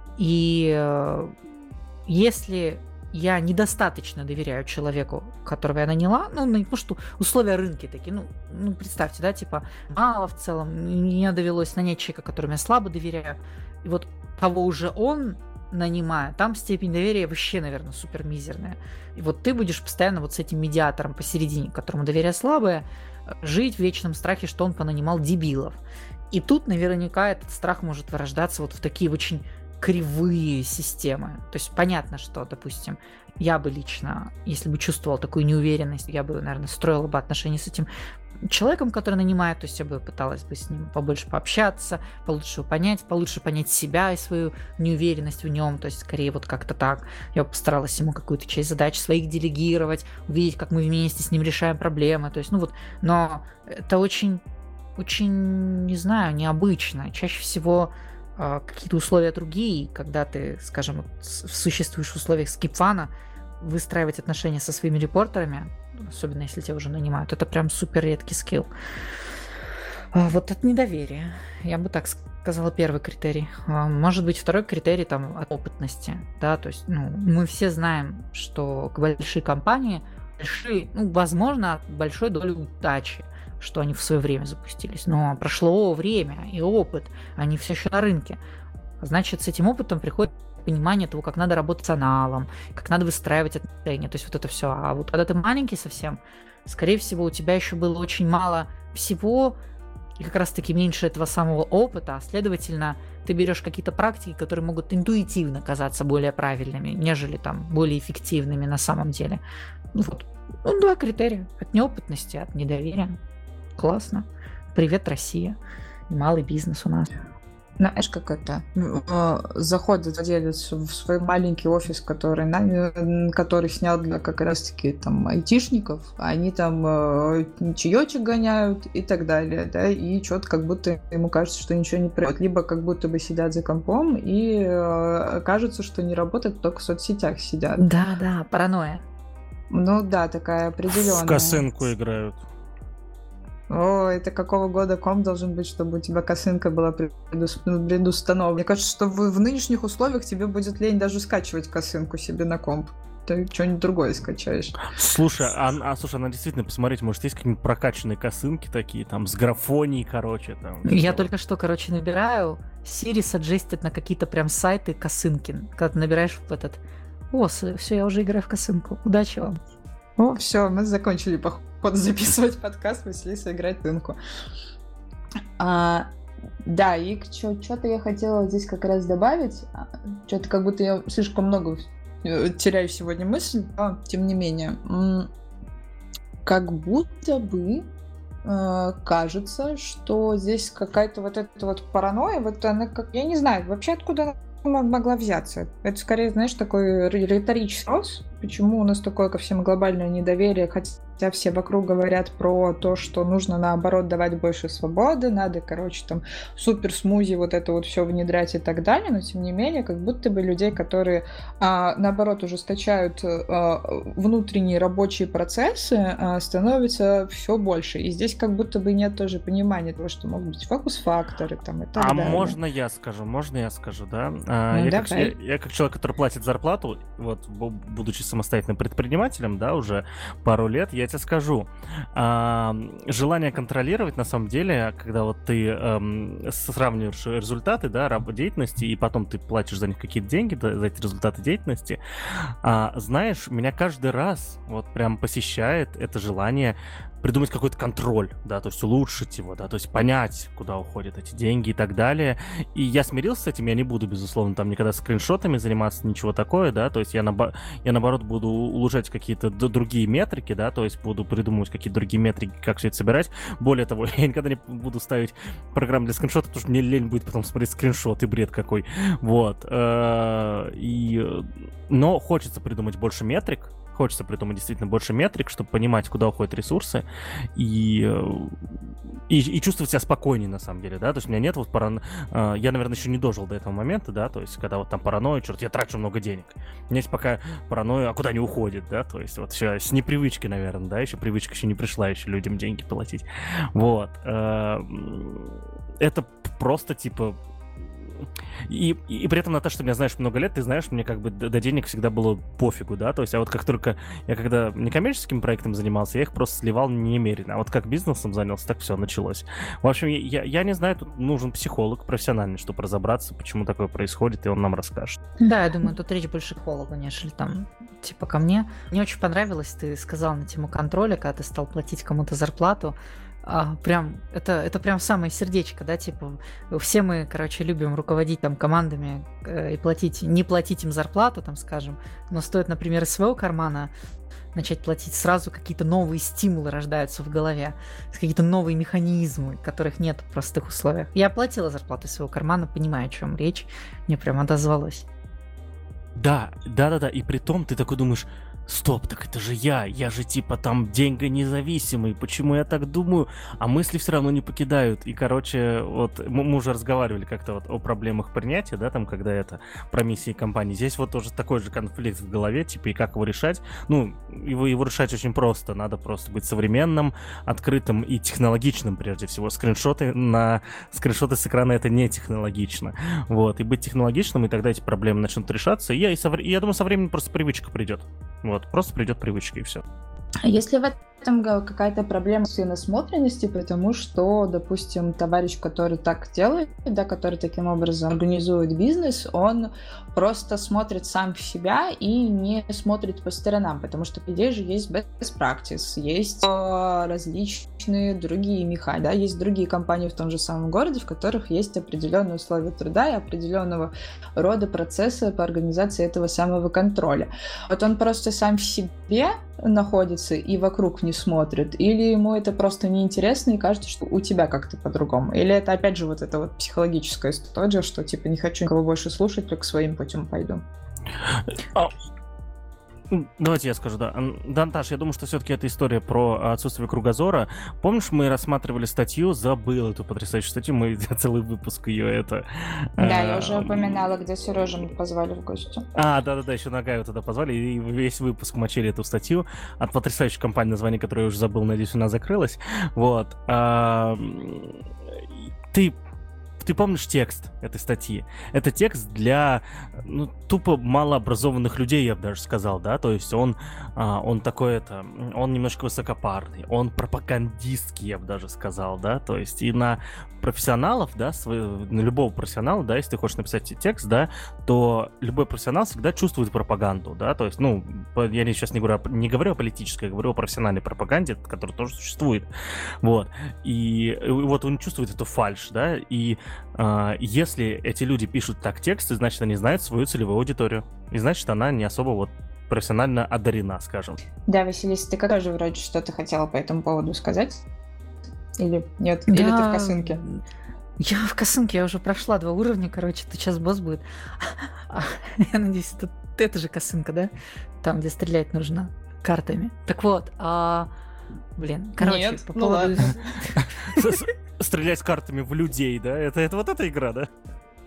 и если я недостаточно доверяю человеку, которого я наняла, ну, потому что условия рынка такие, ну, представьте, да, типа, мало в целом, мне довелось нанять человека, которому я слабо доверяю, и вот кого уже он нанимает, там степень доверия вообще, наверное, супер мизерная. И вот ты будешь постоянно вот с этим медиатором посередине, которому доверие слабое, жить в вечном страхе, что он понанимал дебилов. И тут наверняка этот страх может вырождаться вот в такие очень кривые системы. То есть понятно, что, допустим, я бы лично, если бы чувствовал такую неуверенность, я бы, наверное, строила бы отношения с этим человеком, который нанимает, то есть я бы пыталась бы с ним побольше пообщаться, получше понять себя и свою неуверенность в нем, то есть скорее вот как-то так. Я бы постаралась ему какую-то часть задач своих делегировать, увидеть, как мы вместе с ним решаем проблемы, то есть, ну вот, но это очень, не знаю, необычно. Чаще всего какие-то условия другие, когда ты, скажем, существуешь в условиях скипфана, выстраивать отношения со своими репортерами, особенно если тебя уже нанимают, это прям супер редкий скилл. Вот это недоверие. Я бы так сказала, первый критерий. Может быть, второй критерий там от опытности. Да, то есть, ну, мы все знаем, что большие компании, возможно, от большой доли удачи, что они в свое время запустились. Но прошло время и опыт, они все еще на рынке. Значит, с этим опытом приходит понимание того, как надо работать с персоналом, как надо выстраивать отношения, то есть вот это все. А вот когда ты маленький совсем, скорее всего, у тебя еще было очень мало всего, и как раз-таки меньше этого самого опыта, а следовательно, ты берешь какие-то практики, которые могут интуитивно казаться более правильными, нежели там более эффективными на самом деле. Ну вот, два критерия. От неопытности, от недоверия. Классно. Привет, Россия. Малый бизнес у нас. Знаешь, как это? Заходит владелец в свой маленький офис, который снял для как раз-таки там айтишников, они там чаечек гоняют и так далее, да, и что-то как будто ему кажется, что ничего не происходит. Либо как будто бы сидят за компом и кажется, что не работают, только в соцсетях сидят. Да, паранойя. Ну да, такая определенная. В косынку играют. О, это какого года комп должен быть, чтобы у тебя косынка была предустановлена? Мне кажется, что в нынешних условиях тебе будет лень даже скачивать косынку себе на комп. Ты что-нибудь другое скачаешь. Слушай, она действительно, посмотреть, может, есть какие-нибудь прокачанные косынки такие, там, с графонией, короче. Там, я только что, набираю, Siri suggested на какие-то прям сайты косынки. Когда ты набираешь в этот... О, все, я уже играю в косынку. Удачи вам. О, все, мы закончили, походу, записывать подкаст, Василиса играть тынку. Да, и что-то я хотела здесь как раз добавить. Что-то как будто я слишком много теряю сегодня мысль, но тем не менее. Как будто бы кажется, что здесь какая-то вот эта вот паранойя, вот она как, я не знаю, вообще откуда она могла взяться. Это скорее, знаешь, такой риторический вопрос, почему у нас такое ко всем глобальное недоверие, хотя все вокруг говорят про то, что нужно, наоборот, давать больше свободы, надо, короче, там, супер-смузи, вот это вот все внедрять и так далее, но, тем не менее, как будто бы людей, которые, наоборот, ужесточают внутренние рабочие процессы, становится все больше. И здесь как будто бы нет тоже понимания того, что могут быть фокус-факторы там и так далее. Можно я скажу, да? Давай. Я как человек, который платит зарплату, вот, будучи самостоятельным предпринимателем, да, уже пару лет, я тебе скажу, желание контролировать, на самом деле, когда вот ты сравниваешь результаты, да, деятельности, и потом ты платишь за них какие-то деньги, за эти результаты деятельности, знаешь, меня каждый раз вот прям посещает это желание придумать какой-то контроль, да, то есть улучшить его, да, то есть понять, куда уходят эти деньги и так далее. И я смирился с этим, я не буду, безусловно, там никогда скриншотами заниматься, ничего такое, да, то есть я наоборот буду улучшать какие-то другие метрики, да, то есть буду придумывать какие-то другие метрики, как все это собирать. Более того, я никогда не буду ставить программу для скриншота, потому что мне лень будет потом смотреть скриншоты, бред какой. Вот. Но хочется придумать больше метрик, хочется придумать действительно больше метрик, чтобы понимать, куда уходят ресурсы, и чувствовать себя спокойнее, на самом деле, да, то есть у меня нет вот я, наверное, еще не дожил до этого момента, да, то есть когда вот там паранойя, черт, я трачу много денег. У меня есть пока паранойя, а куда не уходит, да, то есть вот еще с непривычки, наверное, да, еще привычка еще не пришла еще людям деньги платить. Вот. Это просто, типа, и при этом, Наташа, ты меня знаешь много лет, ты знаешь, мне как бы до денег всегда было пофигу, да, то есть, а вот как только я когда некоммерческим проектом занимался, я их просто сливал немерено, а вот как бизнесом занялся, так все началось. В общем, я не знаю, тут нужен психолог профессиональный, чтобы разобраться, почему такое происходит, и он нам расскажет. Да, я думаю, тут речь больше к психологу, нежели там, типа, ко мне. Мне очень понравилось, ты сказал на тему контроля, когда ты стал платить кому-то зарплату, прям, это прям самое сердечко, да, типа, все мы, короче, любим руководить там командами и не платить им зарплату, там, скажем, но стоит, например, из своего кармана начать платить, сразу какие-то новые стимулы рождаются в голове, какие-то новые механизмы, которых нет в простых условиях. Я платила зарплату из своего кармана, понимаю, о чем речь, мне прям отозвалось. Да, и при том ты такой думаешь, стоп, так это же я же типа там деньгонезависимый, почему я так думаю, а мысли все равно не покидают. И, короче, вот мы уже разговаривали как-то вот о проблемах принятия, да, там, когда это про миссии компании. Здесь вот тоже такой же конфликт в голове, типа, и как его решать. Ну, его решать очень просто, надо просто быть современным, открытым и технологичным прежде всего. Скриншоты с экрана это не технологично. Вот, и быть технологичным, и тогда эти проблемы начнут решаться. И я думаю, со временем просто привычка придет. Вот, просто придет привычка и все. А если в этом какая-то проблема с насмотренности, потому что, допустим, товарищ, который так делает, да, который таким образом организует бизнес, он просто смотрит сам в себя и не смотрит по сторонам, потому что, по идее же, есть best practice, есть различные другие меха, да, есть другие компании в том же самом городе, в которых есть определенные условия труда и определенного рода процессы по организации этого самого контроля. Вот он просто сам в себе находится и вокруг не смотрит, или ему это просто неинтересно и кажется, что у тебя как-то по-другому, или это опять же вот эта вот психологическая история, что типа не хочу никого больше слушать, только своим путем пойду. Давайте я скажу, да. Да, Наташа, я думаю, что все-таки это история про отсутствие кругозора. Помнишь, мы рассматривали статью, забыл эту потрясающую статью, мы целый выпуск ее это... Да, я уже упоминала, где Сережу мы позвали в гости. Да, еще Нагаева туда позвали, и весь выпуск мочили эту статью от потрясающей компании, название которой я уже забыл, надеюсь, она закрылась. Вот. Ты помнишь текст этой статьи? Это текст для, тупо малообразованных людей, я бы даже сказал, да, то есть он такой, он немножко высокопарный, он пропагандистский, я бы даже сказал, да, то есть и на профессионалов, да, на любого профессионала, да, если ты хочешь написать текст, да, то любой профессионал всегда чувствует пропаганду, да, то есть, я сейчас не говорю о политической, я говорю о профессиональной пропаганде, которая тоже существует, вот, и вот он чувствует эту фальшь, да, и если эти люди пишут так тексты, значит, они знают свою целевую аудиторию, и значит, она не особо вот профессионально одарена, скажем. Да, Василиса, ты как же вроде что-то хотела по этому поводу сказать? Или нет? Или ты в Да, косынке? я в косынке, я уже прошла 2 уровня, короче, ты сейчас босс будет. Я надеюсь, это же косынка, да? Там, где стрелять нужно картами. Так вот, короче, Нет, по ну поводу... ладно. Стрелять с картами в людей, да? Это вот эта игра, да?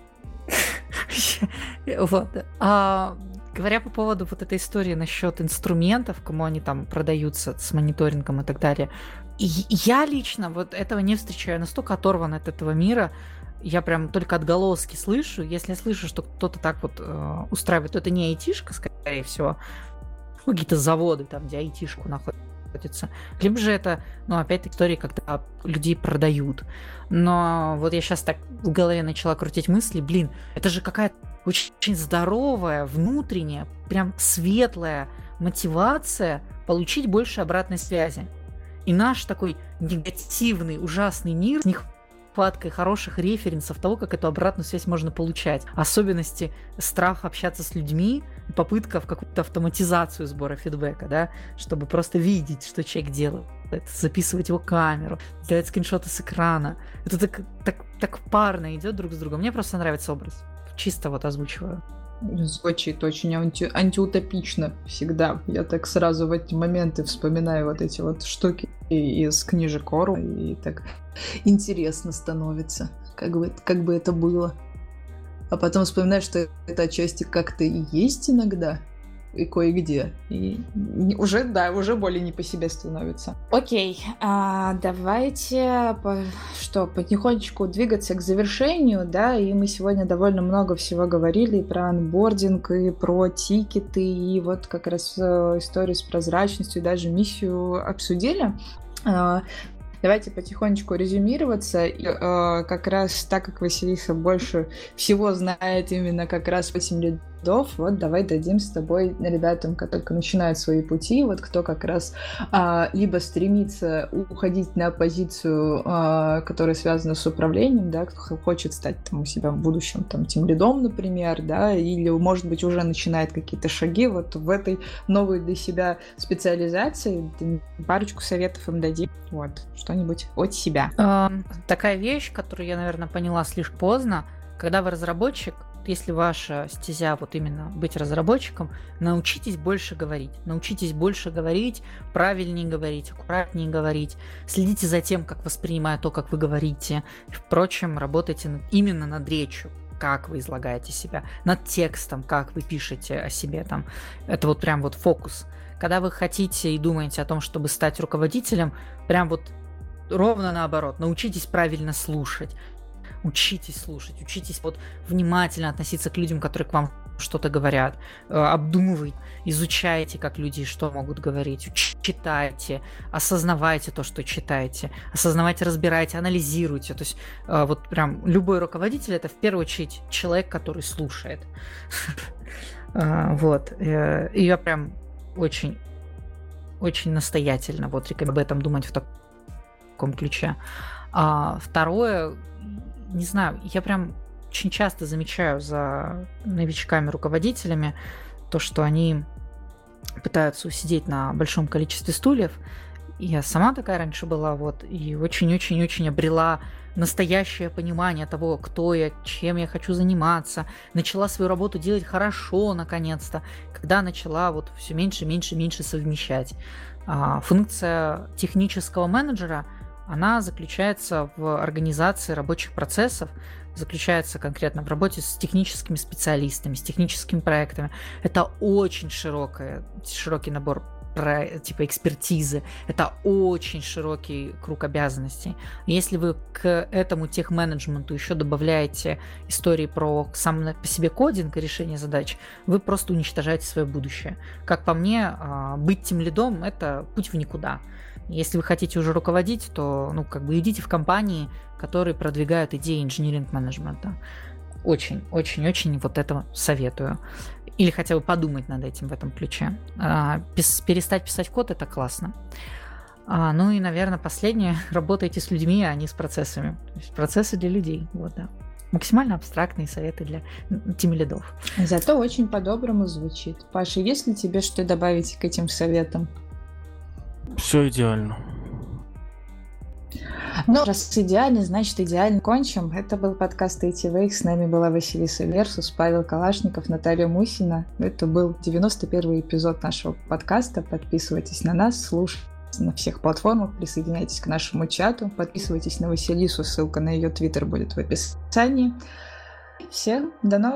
Вот. Говоря по поводу вот этой истории насчет инструментов, кому они там продаются с мониторингом и так далее, я лично вот этого не встречаю. Я настолько оторван от этого мира, я прям только отголоски слышу. Если я слышу, что кто-то так вот устраивает, то это не айтишка, скорее всего, какие-то заводы, там, где айтишку находится. Либо же это, опять-таки, истории, когда людей продают. Но вот я сейчас так в голове начала крутить мысли, это же какая-то очень здоровая, внутренняя, прям светлая мотивация получить больше обратной связи. И наш такой негативный, ужасный мир с нехваткой хороших референсов того, как эту обратную связь можно получать. Особенности страх общаться с людьми, попытка в какую-то автоматизацию сбора фидбэка, да, чтобы просто видеть, что человек делает, записывать его камеру, делать скриншоты с экрана. Это так парно идет друг с другом. Мне просто нравится образ. Чисто вот озвучиваю. Звучит очень антиутопично всегда. Я так сразу в эти моменты вспоминаю вот эти вот штуки из книжек Оруэлла, и так интересно становится, как бы это было. А потом вспоминаю, что это отчасти как-то и есть иногда, и кое-где. И уже более не по себе становится. Окей, давайте потихонечку двигаться к завершению, да, и мы сегодня довольно много всего говорили про анбординг, и про тикеты, и вот как раз историю с прозрачностью, даже миссию обсудили. Давайте потихонечку резюмироваться. И, как раз так как Василиса больше всего знает именно как раз 8 рядов, вот давай дадим с тобой ребятам, которые только начинают свои пути, вот кто как раз либо стремится уходить на позицию, которая связана с управлением, да, кто хочет стать там у себя в будущем там тимлидом, например, да, или, может быть, уже начинает какие-то шаги вот в этой новой для себя специализации. Парочку советов им дадим. Вот, что-нибудь от себя. Такая вещь, которую я, наверное, поняла слишком поздно, когда вы разработчик, если ваша стезя вот именно быть разработчиком, научитесь больше говорить. Научитесь больше говорить, правильнее говорить, аккуратнее говорить. Следите за тем, как воспринимают то, как вы говорите. Впрочем, работайте именно над речью, как вы излагаете себя, над текстом, как вы пишете о себе. Там. Это вот прям вот фокус. Когда вы хотите и думаете о том, чтобы стать руководителем, прям вот ровно наоборот. Научитесь правильно слушать. Учитесь слушать, учитесь вот внимательно относиться к людям, которые к вам что-то говорят, обдумывайте, изучайте, как люди что могут говорить, читайте, осознавайте то, что читаете, осознавайте, разбирайте, анализируйте. То есть вот прям любой руководитель — это в первую очередь человек, который слушает. Вот. И я прям очень настоятельно вот рекомендую об этом думать в таком ключе. Второе, не знаю, я прям очень часто замечаю за новичками-руководителями то, что они пытаются усидеть на большом количестве стульев. Я сама такая раньше была, вот, и очень-очень-очень обрела настоящее понимание того, кто я, чем я хочу заниматься. Начала свою работу делать хорошо, наконец-то, когда начала вот все меньше совмещать. Функция технического менеджера, она заключается в организации рабочих процессов, заключается конкретно в работе с техническими специалистами, с техническими проектами. Это очень широкий набор типа экспертизы, это очень широкий круг обязанностей. Если вы к этому техменеджменту еще добавляете истории про сам по себе кодинг и решение задач, вы просто уничтожаете свое будущее. Как по мне, быть тимлидом — это путь в никуда. Если вы хотите уже руководить, то идите в компании, которые продвигают идеи инжиниринг-менеджмента. Очень вот это советую. Или хотя бы подумать над этим в этом ключе. Перестать писать код — это классно. Ну и, наверное, последнее. Работайте с людьми, а не с процессами. То есть процессы для людей. Вот, да. Максимально абстрактные советы для тимлидов. Зато очень по-доброму звучит. Паша, есть ли тебе что добавить к этим советам? Все идеально. Ну, раз идеально, значит идеально кончим. Это был подкаст ITV. С нами была Василиса Версус, Павел Калашников, Наталья Мусина. Это был 91-й эпизод нашего подкаста. Подписывайтесь на нас, слушайте на всех платформах, присоединяйтесь к нашему чату, подписывайтесь на Василису, ссылка на ее твиттер будет в описании. Всем до новых